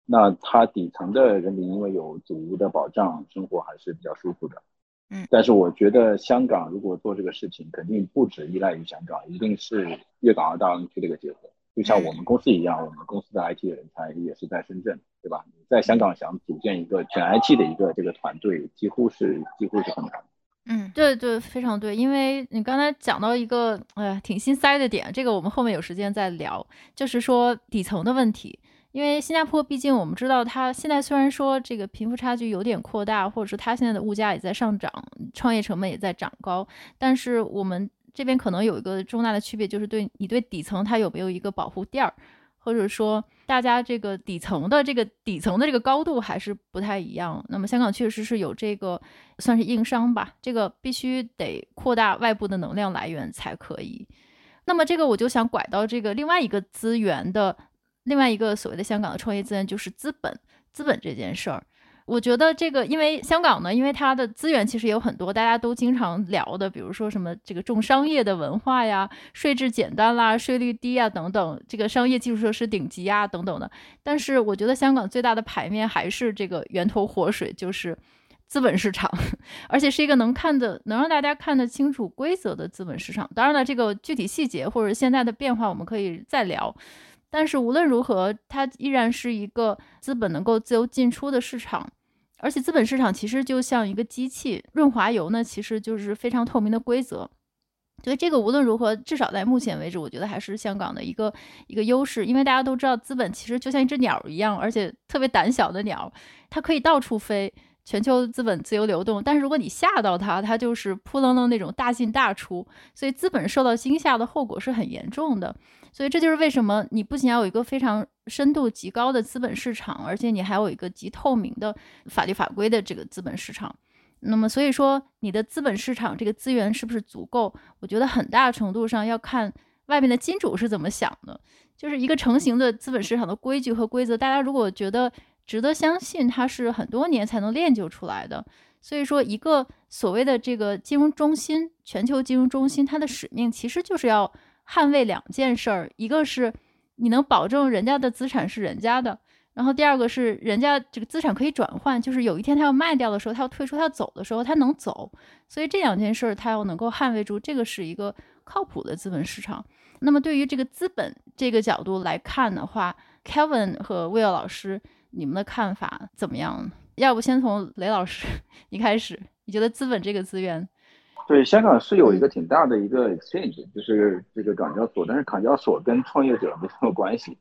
那它底层的人民因为有足的保障，生活还是比较舒服的。但是我觉得香港如果做这个事情，肯定不只依赖于香港，一定是粤港澳大湾区的一个结合。就像我们公司一样，我们公司的 IT 人才也是在深圳，对吧？你在香港想组建一个全 IT 的一个这个团队，几乎是很难。 对对，非常对，因为你刚才讲到一个挺心塞的点，这个我们后面有时间再聊，就是说底层的问题。因为新加坡毕竟我们知道，它现在虽然说这个贫富差距有点扩大，或者是它现在的物价也在上涨，创业成本也在涨高，但是我们这边可能有一个重大的区别，就是你对底层它有没有一个保护垫儿，或者说大家这个底层的这个高度还是不太一样。那么香港确实是有这个算是硬伤吧，这个必须得扩大外部的能量来源才可以。那么这个我就想拐到这个另外一个资源的另外一个所谓的香港的创业资源，就是资本这件事儿。我觉得这个，因为香港呢，因为它的资源其实也有很多，大家都经常聊的，比如说什么这个重商业的文化呀，税制简单啦，税率低啊等等，这个商业基础设施顶级啊等等的。但是我觉得香港最大的牌面还是这个源头活水，就是资本市场，而且是一个能让大家看得清楚规则的资本市场。当然了，这个具体细节或者现在的变化我们可以再聊。但是无论如何，它依然是一个资本能够自由进出的市场，而且资本市场其实就像一个机器，润滑油呢其实就是非常透明的规则。所以这个无论如何，至少在目前为止，我觉得还是香港的一个优势，因为大家都知道资本其实就像一只鸟一样，而且特别胆小的鸟，它可以到处飞，全球资本自由流动，但是如果你吓到它，它就是扑棱棱那种大进大出，所以资本受到惊吓的后果是很严重的。所以这就是为什么你不仅要有一个非常深度极高的资本市场，而且你还有一个极透明的法律法规的这个资本市场。那么所以说你的资本市场这个资源是不是足够，我觉得很大程度上要看外面的金主是怎么想的。就是一个成型的资本市场的规矩和规则，大家如果觉得值得相信，它是很多年才能练就出来的。所以说一个所谓的这个金融中心，全球金融中心，它的使命其实就是要捍卫两件事儿，一个是你能保证人家的资产是人家的，然后第二个是人家这个资产可以转换，就是有一天他要卖掉的时候，他要退出，他要走的时候，他能走。所以这两件事他要能够捍卫住，这个是一个靠谱的资本市场。那么对于这个资本这个角度来看的话， Kevin 和 Will 老师，你们的看法怎么样？要不先从雷老师一开始，你觉得资本这个资源？ 对，香港是有一个挺大的一个 exchange，就是这个港交所，但是港交所跟创业者没什么关系。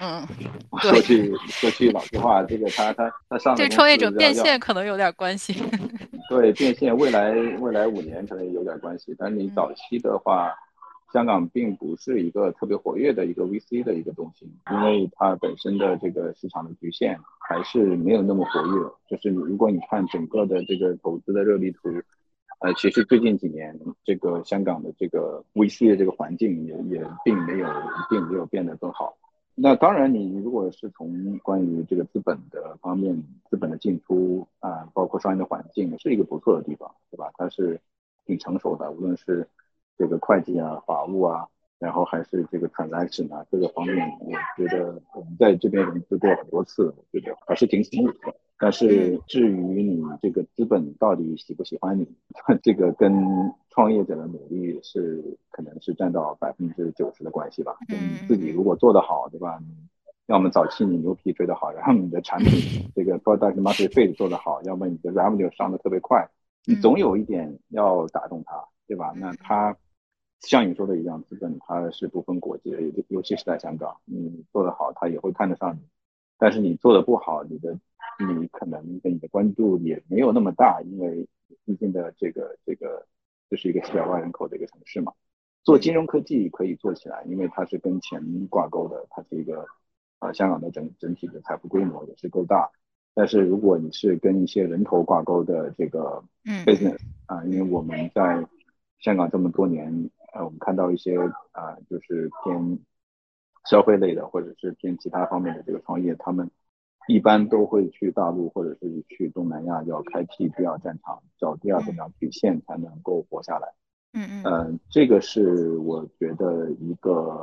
说句老实话，这个他上这创业者变现可能有点关系。 对，变现未来5年可能也有点关系，但是你早期的话，香港并不是一个特别活跃的一个 VC 的一个东西，因为它本身的这个市场的局限还是没有那么活跃。就是如果你看整个的这个投资的热力图，其实最近几年这个香港的这个 VC 的这个环境也并没有变得更好。那当然，你如果是从关于这个资本的方面，资本的进出包括商业的环境，是一个不错的地方，对吧？它是挺成熟的，无论是这个会计啊、法务啊，然后还是这个 transaction 啊，各个方面，我觉得我们在这边融资过很多次，我觉得还是挺smooth的。但是至于你这个资本到底喜不喜欢你，这个跟创业者的努力可能是占到90%的关系吧。你自己如果做得好，对吧？要么早期你牛皮追得好，然后你的产品这个 product market fit 做得好，要么你的 revenue 上得特别快，你总有一点要打动它，对吧？那它像你说的一样，资本它是不分国界，尤其是在香港，你做得好，它也会看得上你。但是你做得不好，你可能跟你的关注也没有那么大，因为毕竟的这是一个700万人口的一个城市嘛。做金融科技可以做起来，因为它是跟钱挂钩的，它是一个香港的整体的财富规模也是够大。但是如果你是跟一些人头挂钩的这个 business 因为我们在香港这么多年，我们看到一些就是偏消费类的或者是偏其他方面的这个创业，他们一般都会去大陆或者是去东南亚，要开辟第二战场，找第二个曲线才能够活下来。这个是我觉得一个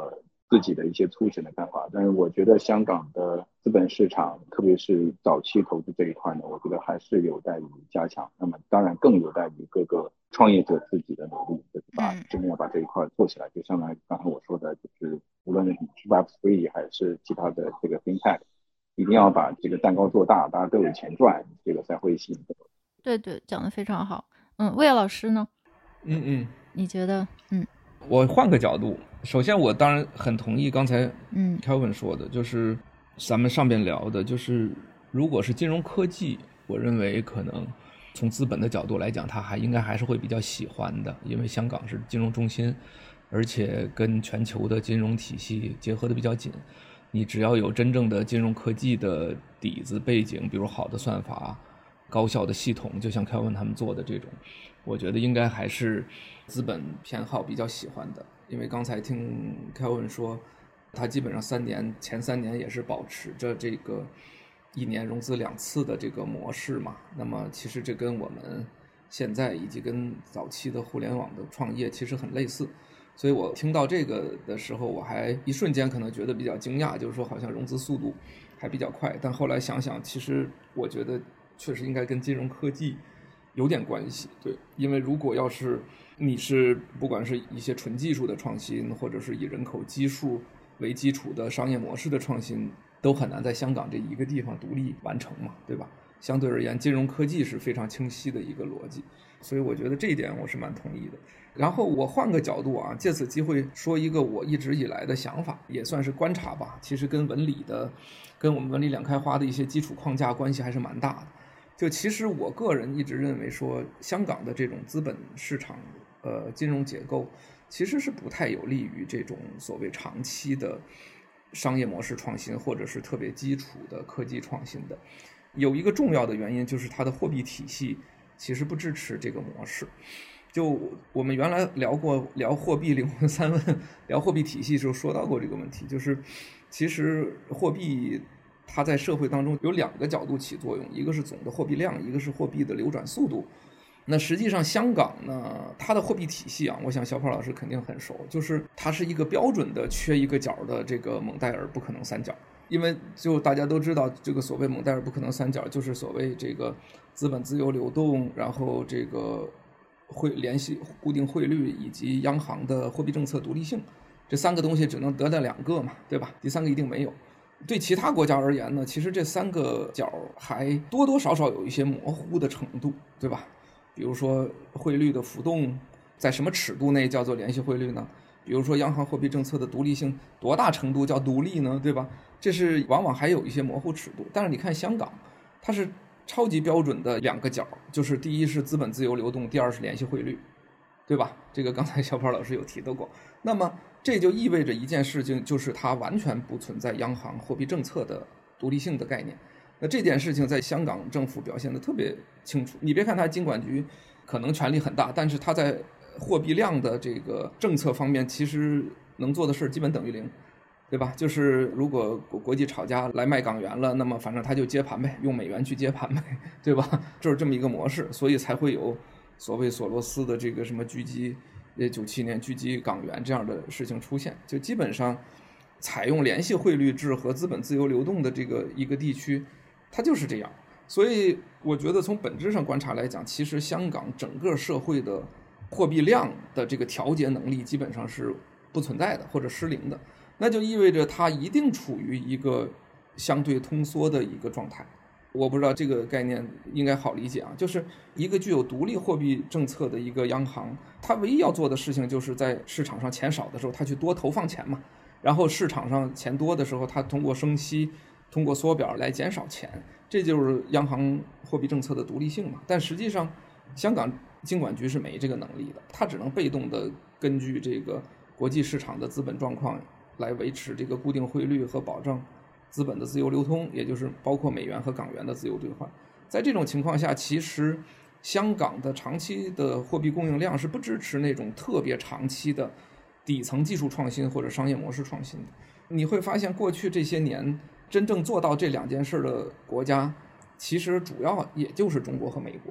自己的一些粗浅的看法。但是我觉得香港的资本市场，特别是早期投资这一块呢，我觉得还是有待于加强。那么当然更有待于各个创业者自己的努力，就是真的要把这一块做起来。就像刚才我说的，就是无论是 Web3 还是其他的这个 FinTech， 一定要把这个蛋糕做大，大家都有钱赚，这个才会吸引。 对对，讲得非常好。魏老师呢？ 你觉得？ 我换个角度，首先我当然很同意刚才Kelvin 说的，就是咱们上边聊的，就是如果是金融科技，我认为可能从资本的角度来讲，它应该还是会比较喜欢的，因为香港是金融中心，而且跟全球的金融体系结合的比较紧。你只要有真正的金融科技的底子背景，比如好的算法、高效的系统，就像 Kelvin 他们做的这种，我觉得应该还是资本偏好比较喜欢的。因为刚才听 Kelvin 说，他基本上前3年也是保持着这个1年融资2次的这个模式嘛。那么其实这跟我们现在以及跟早期的互联网的创业其实很类似。所以我听到这个的时候，我还一瞬间可能觉得比较惊讶，就是说好像融资速度还比较快。但后来想想，其实我觉得确实应该跟金融科技有点关系。对，因为如果要是你是不管是一些纯技术的创新，或者是以人口基数为基础的商业模式的创新，都很难在香港这一个地方独立完成嘛，对吧？相对而言，金融科技是非常清晰的一个逻辑，所以我觉得这一点我是蛮同意的。然后我换个角度啊，借此机会说一个我一直以来的想法，也算是观察吧。其实跟我们文理两开花的一些基础框架关系还是蛮大的。就其实我个人一直认为说，香港的这种资本市场金融结构其实是不太有利于这种所谓长期的商业模式创新，或者是特别基础的科技创新的。有一个重要的原因就是它的货币体系其实不支持这个模式。就我们原来聊货币灵魂3问，聊货币体系的时候说到过这个问题，就是其实货币它在社会当中有2个角度起作用，一个是总的货币量，一个是货币的流转速度。那实际上香港呢，它的货币体系啊，我想小跑老师肯定很熟，就是它是一个标准的缺一个角的这个蒙代尔不可能三角。因为就大家都知道，这个所谓蒙代尔不可能三角就是所谓这个资本自由流动，然后这个联系固定汇率以及央行的货币政策独立性，这3个东西只能得到2个嘛，对吧？第3个一定没有。对其他国家而言呢，其实这3个角还多多少少有一些模糊的程度，对吧？比如说汇率的浮动在什么尺度内叫做联系汇率呢？比如说央行货币政策的独立性多大程度叫独立呢？对吧？这是往往还有一些模糊尺度。但是你看香港，它是超级标准的2个角，就是第一是资本自由流动，第2是联系汇率，对吧？这个刚才小跑老师有提到过。那么这就意味着一件事情，就是它完全不存在央行货币政策的独立性的概念。那这件事情在香港政府表现得特别清楚。你别看它金管局可能权力很大，但是它在货币量的这个政策方面，其实能做的事基本等于0，对吧？就是如果国际炒家来卖港元了，那么反正他就接盘呗，用美元去接盘呗，对吧？就是这么一个模式，所以才会有所谓索罗斯的这个什么狙击97年狙击港元这样的事情出现。就基本上采用联系汇率制和资本自由流动的这个一个地区，它就是这样。所以我觉得从本质上观察来讲，其实香港整个社会的货币量的这个调节能力基本上是不存在的，或者失灵的。那就意味着它一定处于一个相对通缩的一个状态。我不知道这个概念应该好理解啊，就是一个具有独立货币政策的一个央行，它唯一要做的事情就是在市场上钱少的时候，它去多投放钱嘛，然后市场上钱多的时候，它通过升息、通过缩表来减少钱，这就是央行货币政策的独立性嘛。但实际上，香港金管局是没这个能力的，它只能被动的根据这个国际市场的资本状况来维持这个固定汇率和保证资本的自由流通，也就是包括美元和港元的自由兑换。在这种情况下，其实香港的长期的货币供应量是不支持那种特别长期的底层技术创新或者商业模式创新的。你会发现过去这些年真正做到这2件事的国家，其实主要也就是中国和美国。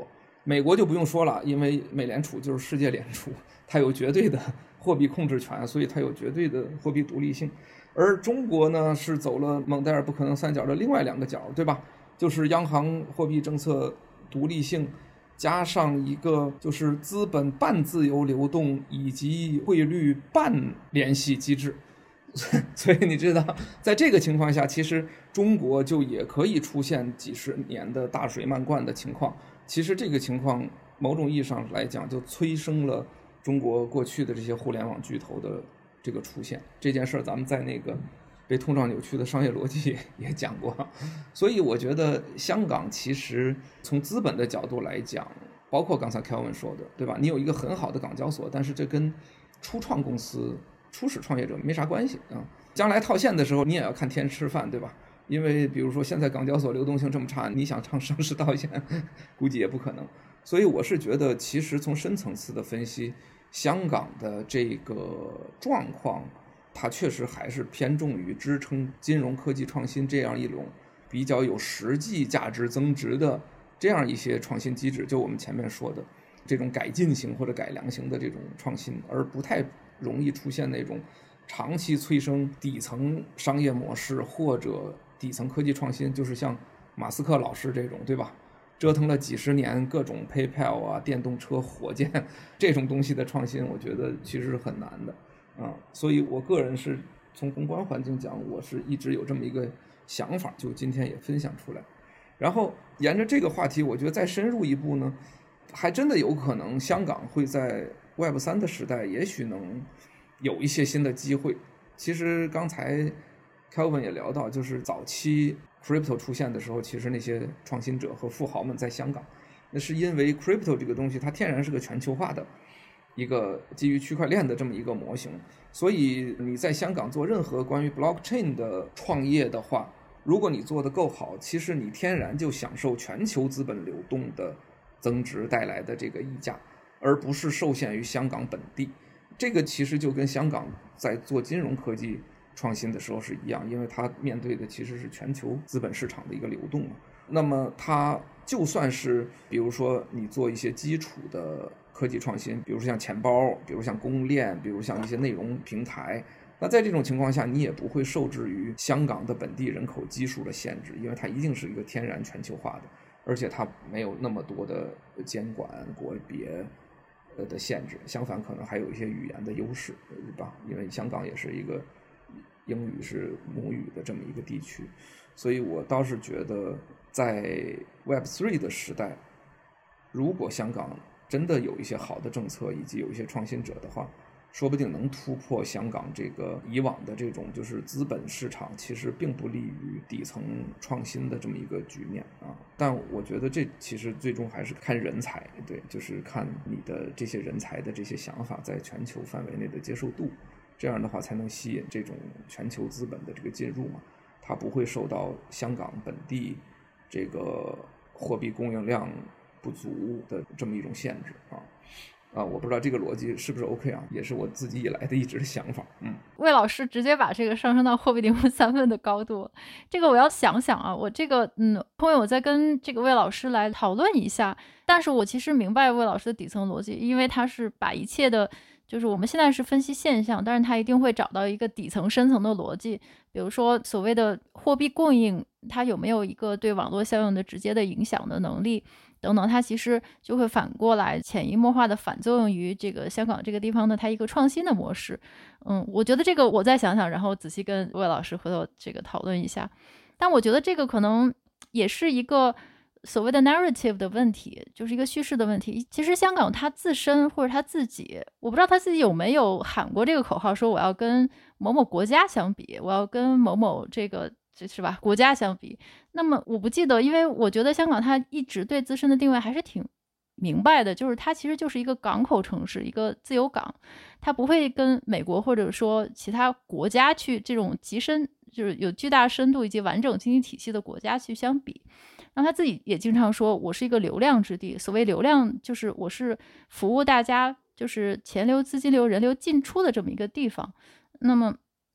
美国就不用说了，因为美联储就是世界联储，它有绝对的货币控制权，所以它有绝对的货币独立性。而中国呢，是走了蒙代尔不可能三角的另外2个角，对吧？就是央行货币政策独立性，加上一个就是资本半自由流动以及汇率半联系机制。所以你知道，在这个情况下，其实中国就也可以出现几十年的大水漫灌的情况。其实这个情况某种意义上来讲，就催生了中国过去的这些互联网巨头的这个出现。这件事咱们在那个被通胀扭曲的商业逻辑也讲过。所以我觉得香港其实从资本的角度来讲，包括刚才 Kelvin 说的，对吧？你有一个很好的港交所，但是这跟初创公司初始创业者没啥关系啊。将来套现的时候你也要看天吃饭，对吧？因为比如说现在港交所流动性这么差，你想上市套现估计也不可能。所以我是觉得其实从深层次的分析，香港的这个状况它确实还是偏重于支撑金融科技创新这样一种比较有实际价值增值的这样一些创新机制，就我们前面说的这种改进型或者改良型的这种创新，而不太容易出现那种长期催生底层商业模式或者底层科技创新，就是像马斯克老师这种，对吧？折腾了几十年各种 PayPal 啊、电动车、火箭这种东西的创新，我觉得其实是很难的啊。所以我个人是从宏观环境讲，我是一直有这么一个想法，就今天也分享出来。然后沿着这个话题，我觉得再深入一步呢，还真的有可能香港会在 Web3 的时代也许能有一些新的机会。其实刚才 Kelvin 也聊到，就是早期 Crypto 出现的时候，其实那些创新者和富豪们在香港，那是因为 Crypto 这个东西它天然是个全球化的一个基于区块链的这么一个模型，所以你在香港做任何关于 Blockchain 的创业的话，如果你做得够好，其实你天然就享受全球资本流动的增值带来的这个溢价，而不是受限于香港本地。这个其实就跟香港在做金融科技创新的时候是一样，因为它面对的其实是全球资本市场的一个流动嘛。那么它就算是比如说你做一些基础的科技创新，比如说像钱包，比如像公链，比如像一些内容平台，那在这种情况下你也不会受制于香港的本地人口基数的限制，因为它一定是一个天然全球化的，而且它没有那么多的监管国别的限制，相反可能还有一些语言的优势，对吧？因为香港也是一个英语是母语的这么一个地区，所以我倒是觉得在 Web3 的时代，如果香港真的有一些好的政策以及有一些创新者的话，说不定能突破香港这个以往的这种就是资本市场其实并不利于底层创新的这么一个局面啊。但我觉得这其实最终还是看人才，对，就是看你的这些人才的这些想法在全球范围内的接受度，这样的话才能吸引这种全球资本的这个进入嘛，它不会受到香港本地这个货币供应量不足的这么一种限制啊，我不知道这个逻辑是不是 OK 啊，也是我自己以来的一直的想法。 魏老师直接把这个上升到货币0.3的高度，这个我要想想啊，我这个后面我再跟这个魏老师来讨论一下。但是我其实明白魏老师的底层逻辑，因为他是把一切的，就是我们现在是分析现象，但是他一定会找到一个底层深层的逻辑，比如说所谓的货币供应，它有没有一个对网络效应的直接的影响的能力等等，它其实就会反过来潜移默化的反作用于这个香港这个地方的它一个创新的模式。我觉得这个我再想想，然后仔细跟魏老师回头这个讨论一下。但我觉得这个可能也是一个所谓的 narrative 的问题，就是一个叙事的问题。其实香港它自身或者它自己，我不知道他自己有没有喊过这个口号，说我要跟某某国家相比，我要跟某某这个是吧国家相比。那么我不记得，因为我觉得香港它一直对自身的定位还是挺明白的，就是它其实就是一个港口城市，一个自由港，它不会跟美国或者说其他国家去这种极深就是有巨大深度以及完整经济体系的国家去相比。然后他自己也经常说，我是一个流量之地，所谓流量就是我是服务大家，就是钱流、资金流、人流进出的这么一个地方。那么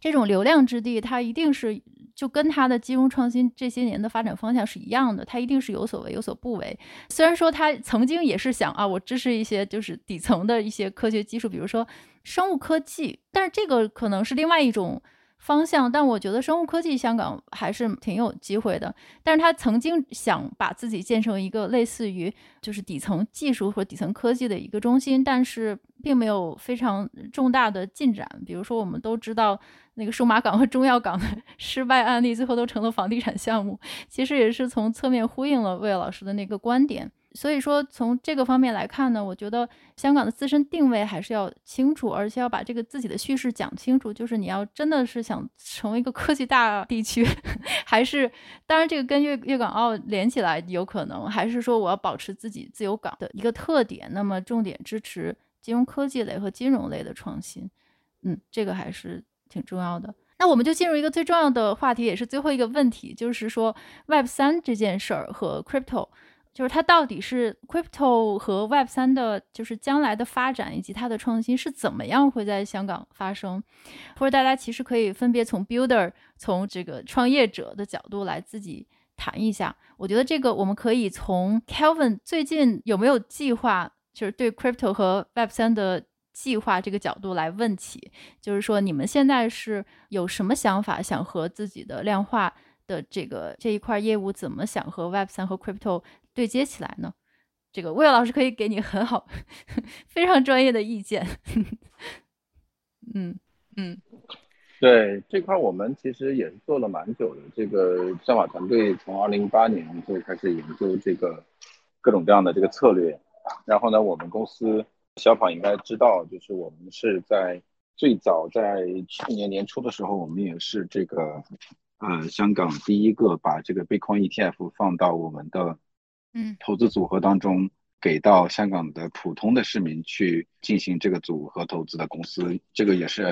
这种流量之地，它一定是就跟它的金融创新这些年的发展方向是一样的，它一定是有所为有所不为。虽然说它曾经也是想啊，我支持一些就是底层的一些科学技术，比如说生物科技，但是这个可能是另外一种方向，但我觉得生物科技香港还是挺有机会的。但是他曾经想把自己建成一个类似于就是底层技术或底层科技的一个中心，但是并没有非常重大的进展。比如说我们都知道那个数码港和中药港的失败案例，最后都成了房地产项目，其实也是从侧面呼应了魏老师的那个观点。所以说从这个方面来看呢，我觉得香港的自身定位还是要清楚，而且要把这个自己的叙事讲清楚，就是你要真的是想成为一个科技大地区还是当然这个跟粤港澳连起来有可能，还是说我要保持自己自由港的一个特点，那么重点支持金融科技类和金融类的创新，这个还是挺重要的。那我们就进入一个最重要的话题，也是最后一个问题，就是说 Web3 这件事儿和 Crypto，就是它到底是 crypto 和 Web3 的就是将来的发展以及它的创新是怎么样会在香港发生，或者大家其实可以分别从 builder 从这个创业者的角度来自己谈一下。我觉得这个我们可以从 Kelvin 最近有没有计划，就是对 crypto 和 Web3 的计划这个角度来问起，就是说你们现在是有什么想法，想和自己的量化的这一块业务怎么想和 Web3 和 crypto 对接起来呢？这个魏老师可以给你很好非常专业的意见对这块我们其实也是做了蛮久的，这个上马团队从2018年就开始研究这个各种各样的这个策略，然后呢我们公司小跑应该知道，就是我们是在最早在去年年初的时候，我们也是这个香港第一个把这个 Bitcoin ETF 放到我们的投资组合当中，给到香港的普通的市民去进行这个组合投资的公司，这个也是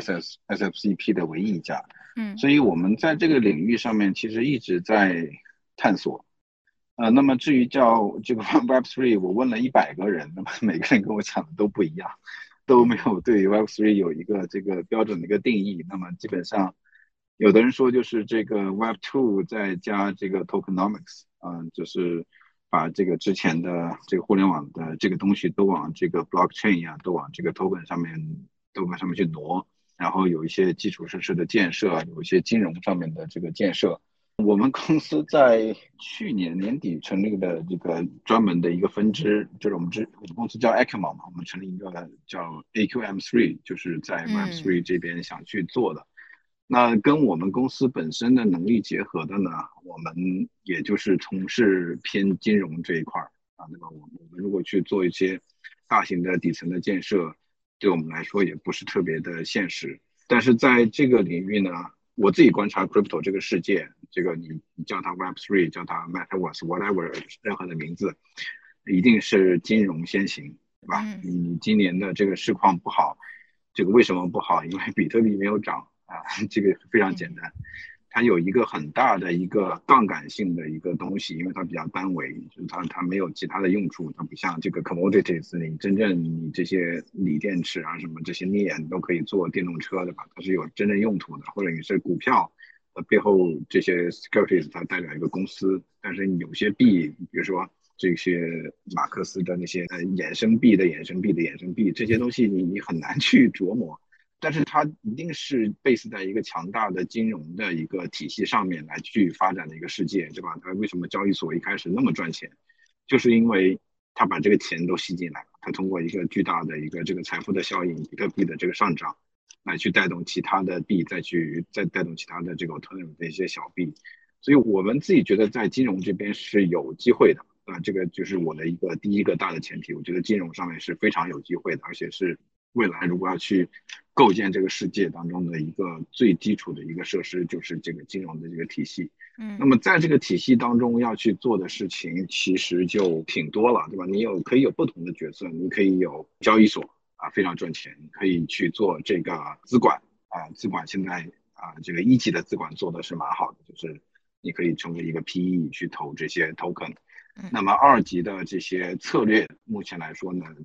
SFCP 的唯一一家。所以我们在这个领域上面其实一直在探索。那么至于叫这个 Web3， 我问了100个人，那么每个人跟我讲的都不一样，都没有对 Web3 有一个这个标准的一个定义。那么基本上有的人说就是这个 Web2 再加这个 Tokenomics，就是把这个之前的这个互联网的这个东西都往这个 blockchain 啊，都往这个 token 上面去挪，然后有一些基础设施的建设，有一些金融上面的这个建设。我们公司在去年年底成立的这个专门的一个分支，就是我们公司叫 Acumen 嘛，我们成立一个叫 AQM3， 就是在 Web3 这边想去做的。那跟我们公司本身的能力结合的呢，我们也就是从事偏金融这一块啊。那么我们如果去做一些大型的底层的建设，对我们来说也不是特别的现实。但是在这个领域呢，我自己观察 crypto 这个世界，这个你叫它 Web3， 叫它 Metaverse whatever 任何的名字，一定是金融先行，对吧？你今年的这个市况不好，这个为什么不好？因为比特币没有涨啊，这个非常简单。它有一个很大的一个杠杆性的一个东西，因为它比较单维，就是它没有其他的用处，它不像这个 commodities， 你真正你这些锂电池啊什么这些镍你都可以做电动车的吧，它是有真正用途的，或者你是股票背后这些 securities 它代表一个公司，但是有些币，比如说这些马克思的那些衍生币的衍生币的衍生币，这些东西你很难去琢磨。但是它一定是 base 在一个强大的金融的一个体系上面来去发展的一个世界，对吧？它为什么交易所一开始那么赚钱，就是因为它把这个钱都吸进来，它通过一个巨大的一个这个财富的效应，比特币的这个上涨，来去带动其他的币，再带动其他的这个 alternative 的一些小币。所以我们自己觉得在金融这边是有机会的，这个就是我的第一个大的前提，我觉得金融上面是非常有机会的，而且是未来如果要去构建这个世界当中的一个最基础的一个设施，就是这个金融的这个体系。那么在这个体系当中要去做的事情其实就挺多了，对吧？你可以有不同的角色，你可以有交易所非常赚钱，你可以去做这个资管资管现在这个1级的资管做的是蛮好的，就是你可以成为一个 PE 去投这些 token。那么2级的这些策略目前来说呢，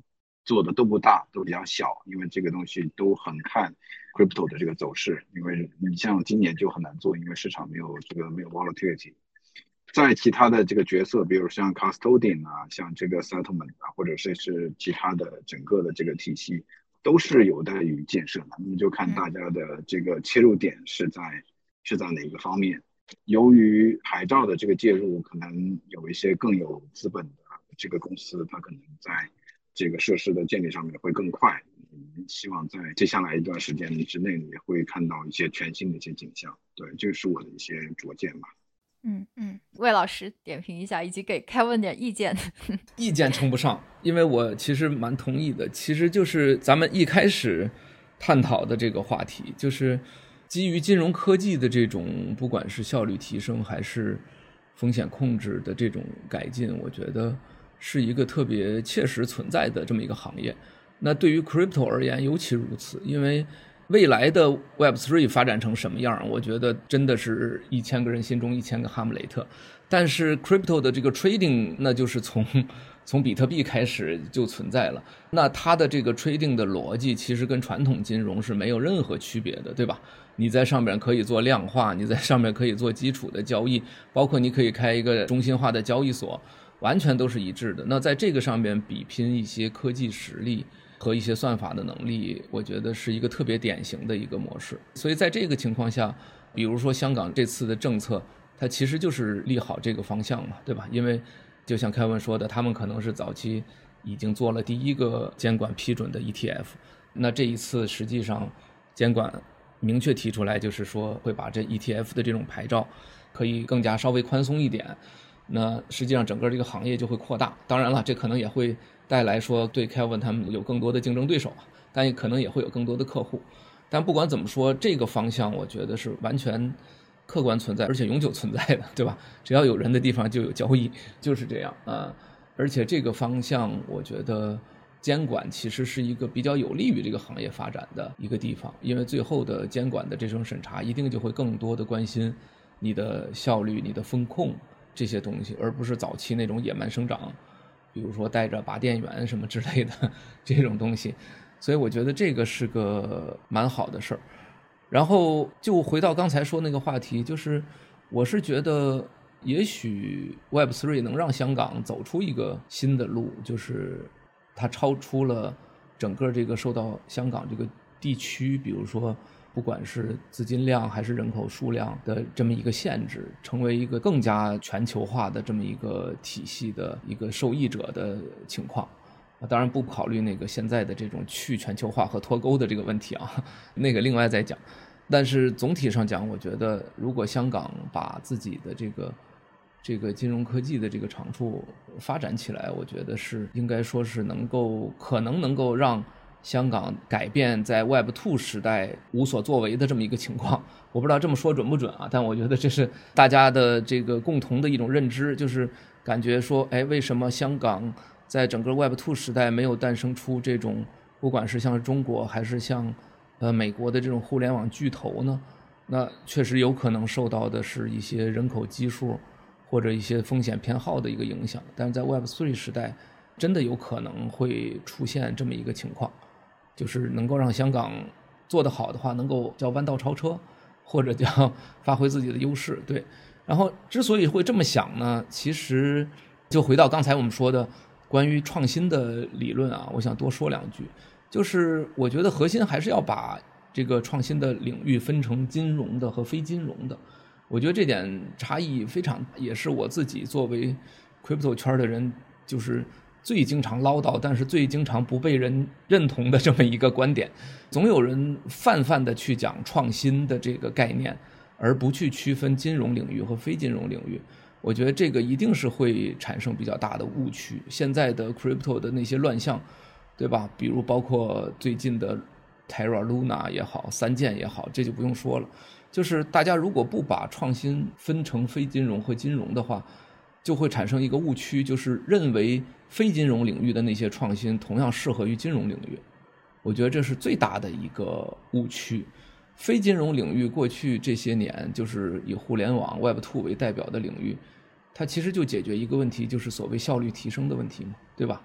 做的都不大，都比较小，因为这个东西都很看 crypto 的这个走势，因为你像今年就很难做，因为市场没有 volatility。在其他的这个角色，比如像 custodian 啊，像这个 settlement 啊，或者是其他的整个的这个体系，都是有待于建设的。那么就看大家的这个切入点是在哪个方面。由于牌照的这个介入，可能有一些更有资本的这个公司，它可能在这个设施的建立上面会更快。希望在接下来一段时间之内，也会看到一些全新的一些景象。对，这是我的一些拙见吧。 魏老师点评一下，以及给Kevin点意见。 意见称不上，因为我其实蛮同意的。其实就是咱们一开始探讨的这个话题，就是基于金融科技的这种，不管是效率提升还是风险控制的这种改进，我觉得是一个特别切实存在的这么一个行业。那对于 crypto 而言尤其如此，因为未来的 Web3 发展成什么样，我觉得真的是1000个人心中1000个哈姆雷特。但是 crypto 的这个 trading 那就是从比特币开始就存在了，那它的这个 trading 的逻辑其实跟传统金融是没有任何区别的，对吧？你在上面可以做量化，你在上面可以做基础的交易，包括你可以开一个中心化的交易所，完全都是一致的。那在这个上面比拼一些科技实力和一些算法的能力，我觉得是一个特别典型的一个模式。所以在这个情况下，比如说香港这次的政策，它其实就是利好这个方向嘛，对吧？因为就像凯文说的，他们可能是早期已经做了第一个监管批准的 ETF， 那这一次实际上监管明确提出来，就是说会把这 ETF 的这种牌照可以更加稍微宽松一点，那实际上整个这个行业就会扩大。当然了，这可能也会带来说对 Kevin 他们有更多的竞争对手，但也可能也会有更多的客户。但不管怎么说，这个方向我觉得是完全客观存在，而且永久存在的，对吧？只要有人的地方就有交易，就是这样啊。而且这个方向，我觉得监管其实是一个比较有利于这个行业发展的一个地方，因为最后的监管的这种审查一定就会更多的关心你的效率、你的风控这些东西，而不是早期那种野蛮生长，比如说带着拔电源什么之类的这种东西。所以我觉得这个是个蛮好的事儿。然后就回到刚才说那个话题，就是我是觉得也许 Web3 能让香港走出一个新的路，就是它超出了整个这个受到香港这个地区，比如说不管是资金量还是人口数量的这么一个限制，成为一个更加全球化的这么一个体系的一个受益者的情况。当然不考虑那个现在的这种去全球化和脱钩的这个问题啊，那个另外再讲。但是总体上讲，我觉得如果香港把自己的这个金融科技的这个长处发展起来，我觉得是应该说是可能能够让香港改变在 Web2 时代无所作为的这么一个情况。我不知道这么说准不准啊，但我觉得这是大家的这个共同的一种认知，就是感觉说，哎，为什么香港在整个 Web2 时代没有诞生出这种不管是像中国还是像美国的这种互联网巨头呢？那确实有可能受到的是一些人口基数或者一些风险偏好的一个影响，但是在 Web3 时代真的有可能会出现这么一个情况，就是能够让香港做得好的话，能够叫弯道超车，或者叫发挥自己的优势。对，然后之所以会这么想呢，其实就回到刚才我们说的关于创新的理论啊，我想多说两句。就是我觉得核心还是要把这个创新的领域分成金融的和非金融的。我觉得这点差异非常，也是我自己作为 crypto 圈的人就是最经常唠叨，但是最经常不被人认同的这么一个观点。总有人泛的去讲创新的这个概念，而不去区分金融领域和非金融领域。我觉得这个一定是会产生比较大的误区。现在的 crypto 的那些乱象，对吧？比如包括最近的 Terra Luna 也好，三剑也好，这就不用说了。就是大家如果不把创新分成非金融和金融的话，就会产生一个误区，就是认为非金融领域的那些创新同样适合于金融领域。我觉得这是最大的一个误区。非金融领域过去这些年，就是以互联网 Web2 为代表的领域，它其实就解决一个问题，就是所谓效率提升的问题嘛，对吧？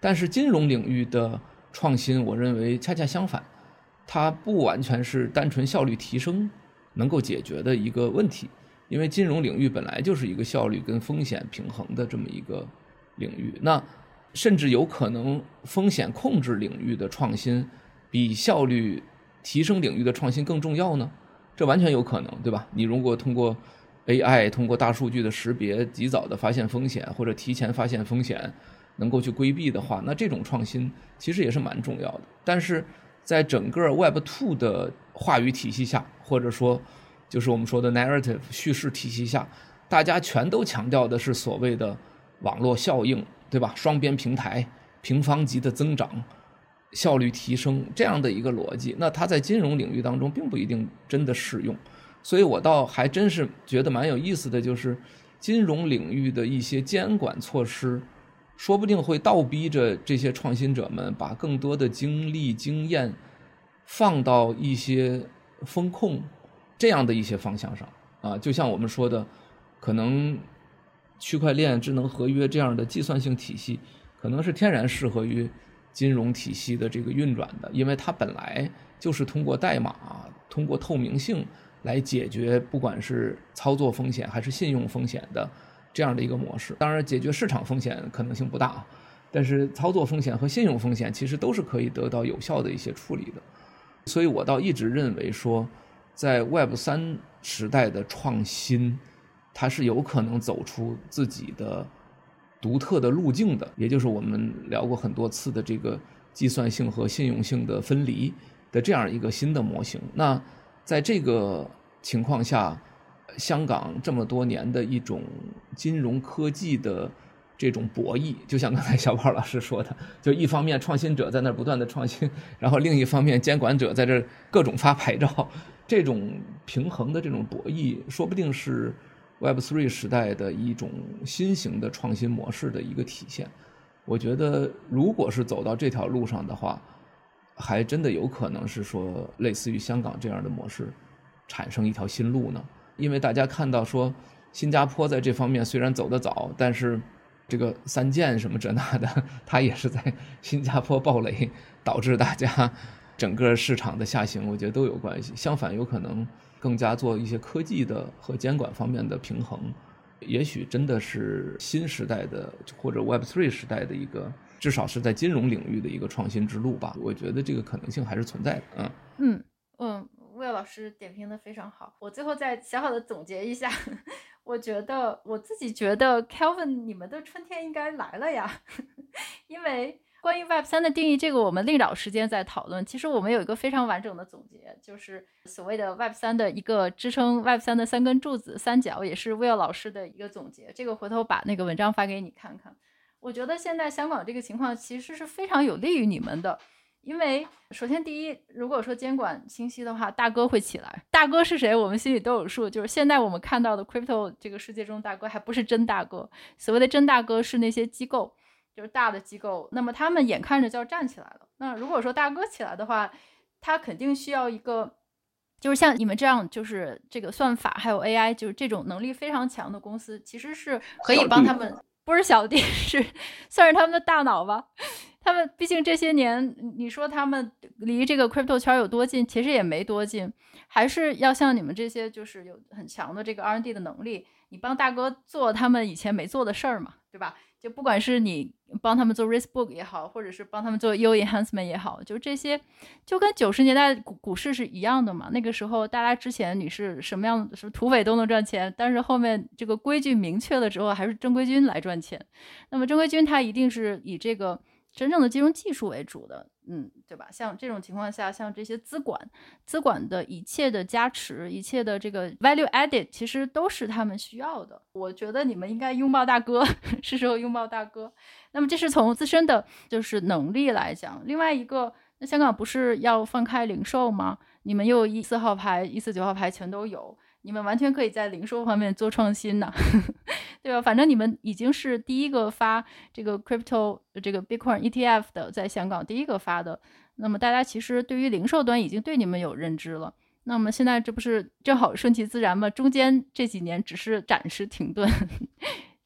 但是金融领域的创新，我认为恰恰相反，它不完全是单纯效率提升能够解决的一个问题，因为金融领域本来就是一个效率跟风险平衡的这么一个领域，那甚至有可能风险控制领域的创新比效率提升领域的创新更重要呢？这完全有可能，对吧？你如果通过 AI 通过大数据的识别及早的发现风险，或者提前发现风险能够去规避的话，那这种创新其实也是蛮重要的。但是在整个 Web2 的话语体系下，或者说就是我们说的 narrative 叙事体系下，大家全都强调的是所谓的网络效应，对吧？双边平台、平方级的增长、效率提升这样的一个逻辑，那它在金融领域当中并不一定真的适用。所以我倒还真是觉得蛮有意思的，就是金融领域的一些监管措施说不定会倒逼着这些创新者们把更多的精力经验放到一些风控这样的一些方向上啊，就像我们说的，可能区块链、智能合约这样的计算性体系可能是天然适合于金融体系的这个运转的，因为它本来就是通过代码、通过透明性来解决不管是操作风险还是信用风险的这样的一个模式。当然解决市场风险可能性不大，但是操作风险和信用风险其实都是可以得到有效的一些处理的。所以我倒一直认为说，在 Web3 时代的创新，它是有可能走出自己的独特的路径的，也就是我们聊过很多次的这个计算性和信用性的分离的这样一个新的模型。那在这个情况下，香港这么多年的一种金融科技的这种博弈，就像刚才小宝老师说的，就一方面创新者在那不断的创新，然后另一方面监管者在这各种发牌照，这种平衡的这种博弈，说不定是 Web3 时代的一种新型的创新模式的一个体现。我觉得如果是走到这条路上的话，还真的有可能是说类似于香港这样的模式产生一条新路呢。因为大家看到说新加坡在这方面虽然走得早，但是这个三剑什么这那的，它也是在新加坡爆雷，导致大家整个市场的下行，我觉得都有关系。相反有可能更加做一些科技的和监管方面的平衡，也许真的是新时代的或者 Web3 时代的一个，至少是在金融领域的一个创新之路吧。我觉得这个可能性还是存在的。 魏老师点评的非常好，我最后再小小的总结一下，我自己觉得 Kelvin 你们的春天应该来了呀，因为关于 Web3 的定义，这个我们另找时间再讨论。其实我们有一个非常完整的总结，就是所谓的 Web3 的一个支撑 Web3 的三根柱子、三角，也是 Will 老师的一个总结。这个回头把那个文章发给你看看。我觉得现在香港这个情况其实是非常有利于你们的，因为首先第一，如果说监管清晰的话，大哥会起来。大哥是谁我们心里都有数，就是现在我们看到的 crypto 这个世界中大哥还不是真大哥，所谓的真大哥是那些机构，就是大的机构，那么他们眼看着就要站起来了。那如果说大哥起来的话，他肯定需要一个就是像你们这样，就是这个算法还有 AI 就是这种能力非常强的公司，其实是可以帮他们，不是小弟，是算是他们的大脑吧。他们毕竟这些年，你说他们离这个 crypto 圈有多近，其实也没多近，还是要像你们这些就是有很强的这个 R&D 的能力，你帮大哥做他们以前没做的事儿嘛，对吧？就不管是你帮他们做 risk book 也好，或者是帮他们做 yield enhancement 也好，就这些就跟90年代股市是一样的嘛。那个时候大家之前你是什么样的，是土匪都能赚钱，但是后面这个规矩明确了之后，还是正规军来赚钱。那么正规军他一定是以这个真正的金融技术为主的，对吧？像这种情况下，像这些资管的一切的加持，一切的这个 value added， 其实都是他们需要的。我觉得你们应该拥抱大哥，是时候拥抱大哥。那么这是从自身的就是能力来讲。另外一个，那香港不是要放开零售吗？你们又有14号牌、149号牌全都有。你们完全可以在零售方面做创新呢，对吧？反正你们已经是第一个发这个 crypto 这个 Bitcoin ETF 的，在香港第一个发的。那么大家其实对于零售端已经对你们有认知了。那么现在这不是正好顺其自然吗？中间这几年只是暂时停顿，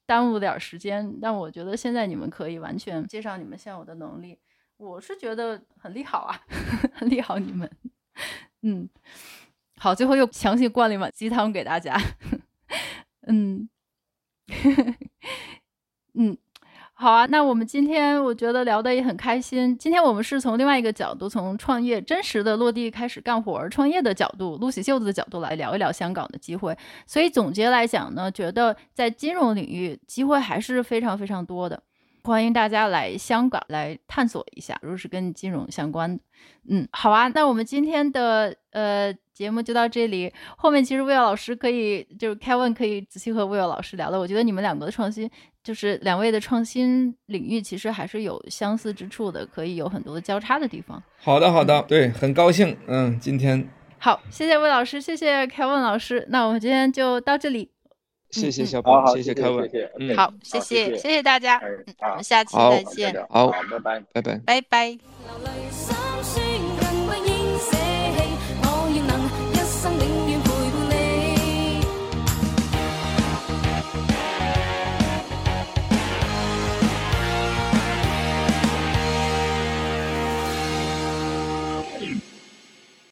耽误点时间，但我觉得现在你们可以完全接上你们现有的能力，我是觉得很利好啊，很利好你们。好，最后又强行灌了一碗鸡汤给大家。好啊，那我们今天我觉得聊得也很开心。今天我们是从另外一个角度，从创业真实的落地开始干活创业的角度，撸起袖子的角度来聊一聊香港的机会。所以总结来讲呢，觉得在金融领域机会还是非常非常多的，欢迎大家来香港来探索一下，如果是跟金融相关的。好啊，那我们今天的节目就到这里。后面其实 Will 老师可以，就是 Kevin 可以仔细和 Will 老师聊聊。我觉得你们两个的创新，就是两位的创新领域，其实还是有相似之处的，可以有很多的交叉的地方。 好的，对，很高兴，今天好，谢谢 Will 老师，谢谢 Kevin 老师。那我们今天就到这里。 谢谢小宝，谢谢凯文， 好，谢谢大家，我们下期再见。 好， 拜拜。 拜拜。 拜拜。 流淚心酸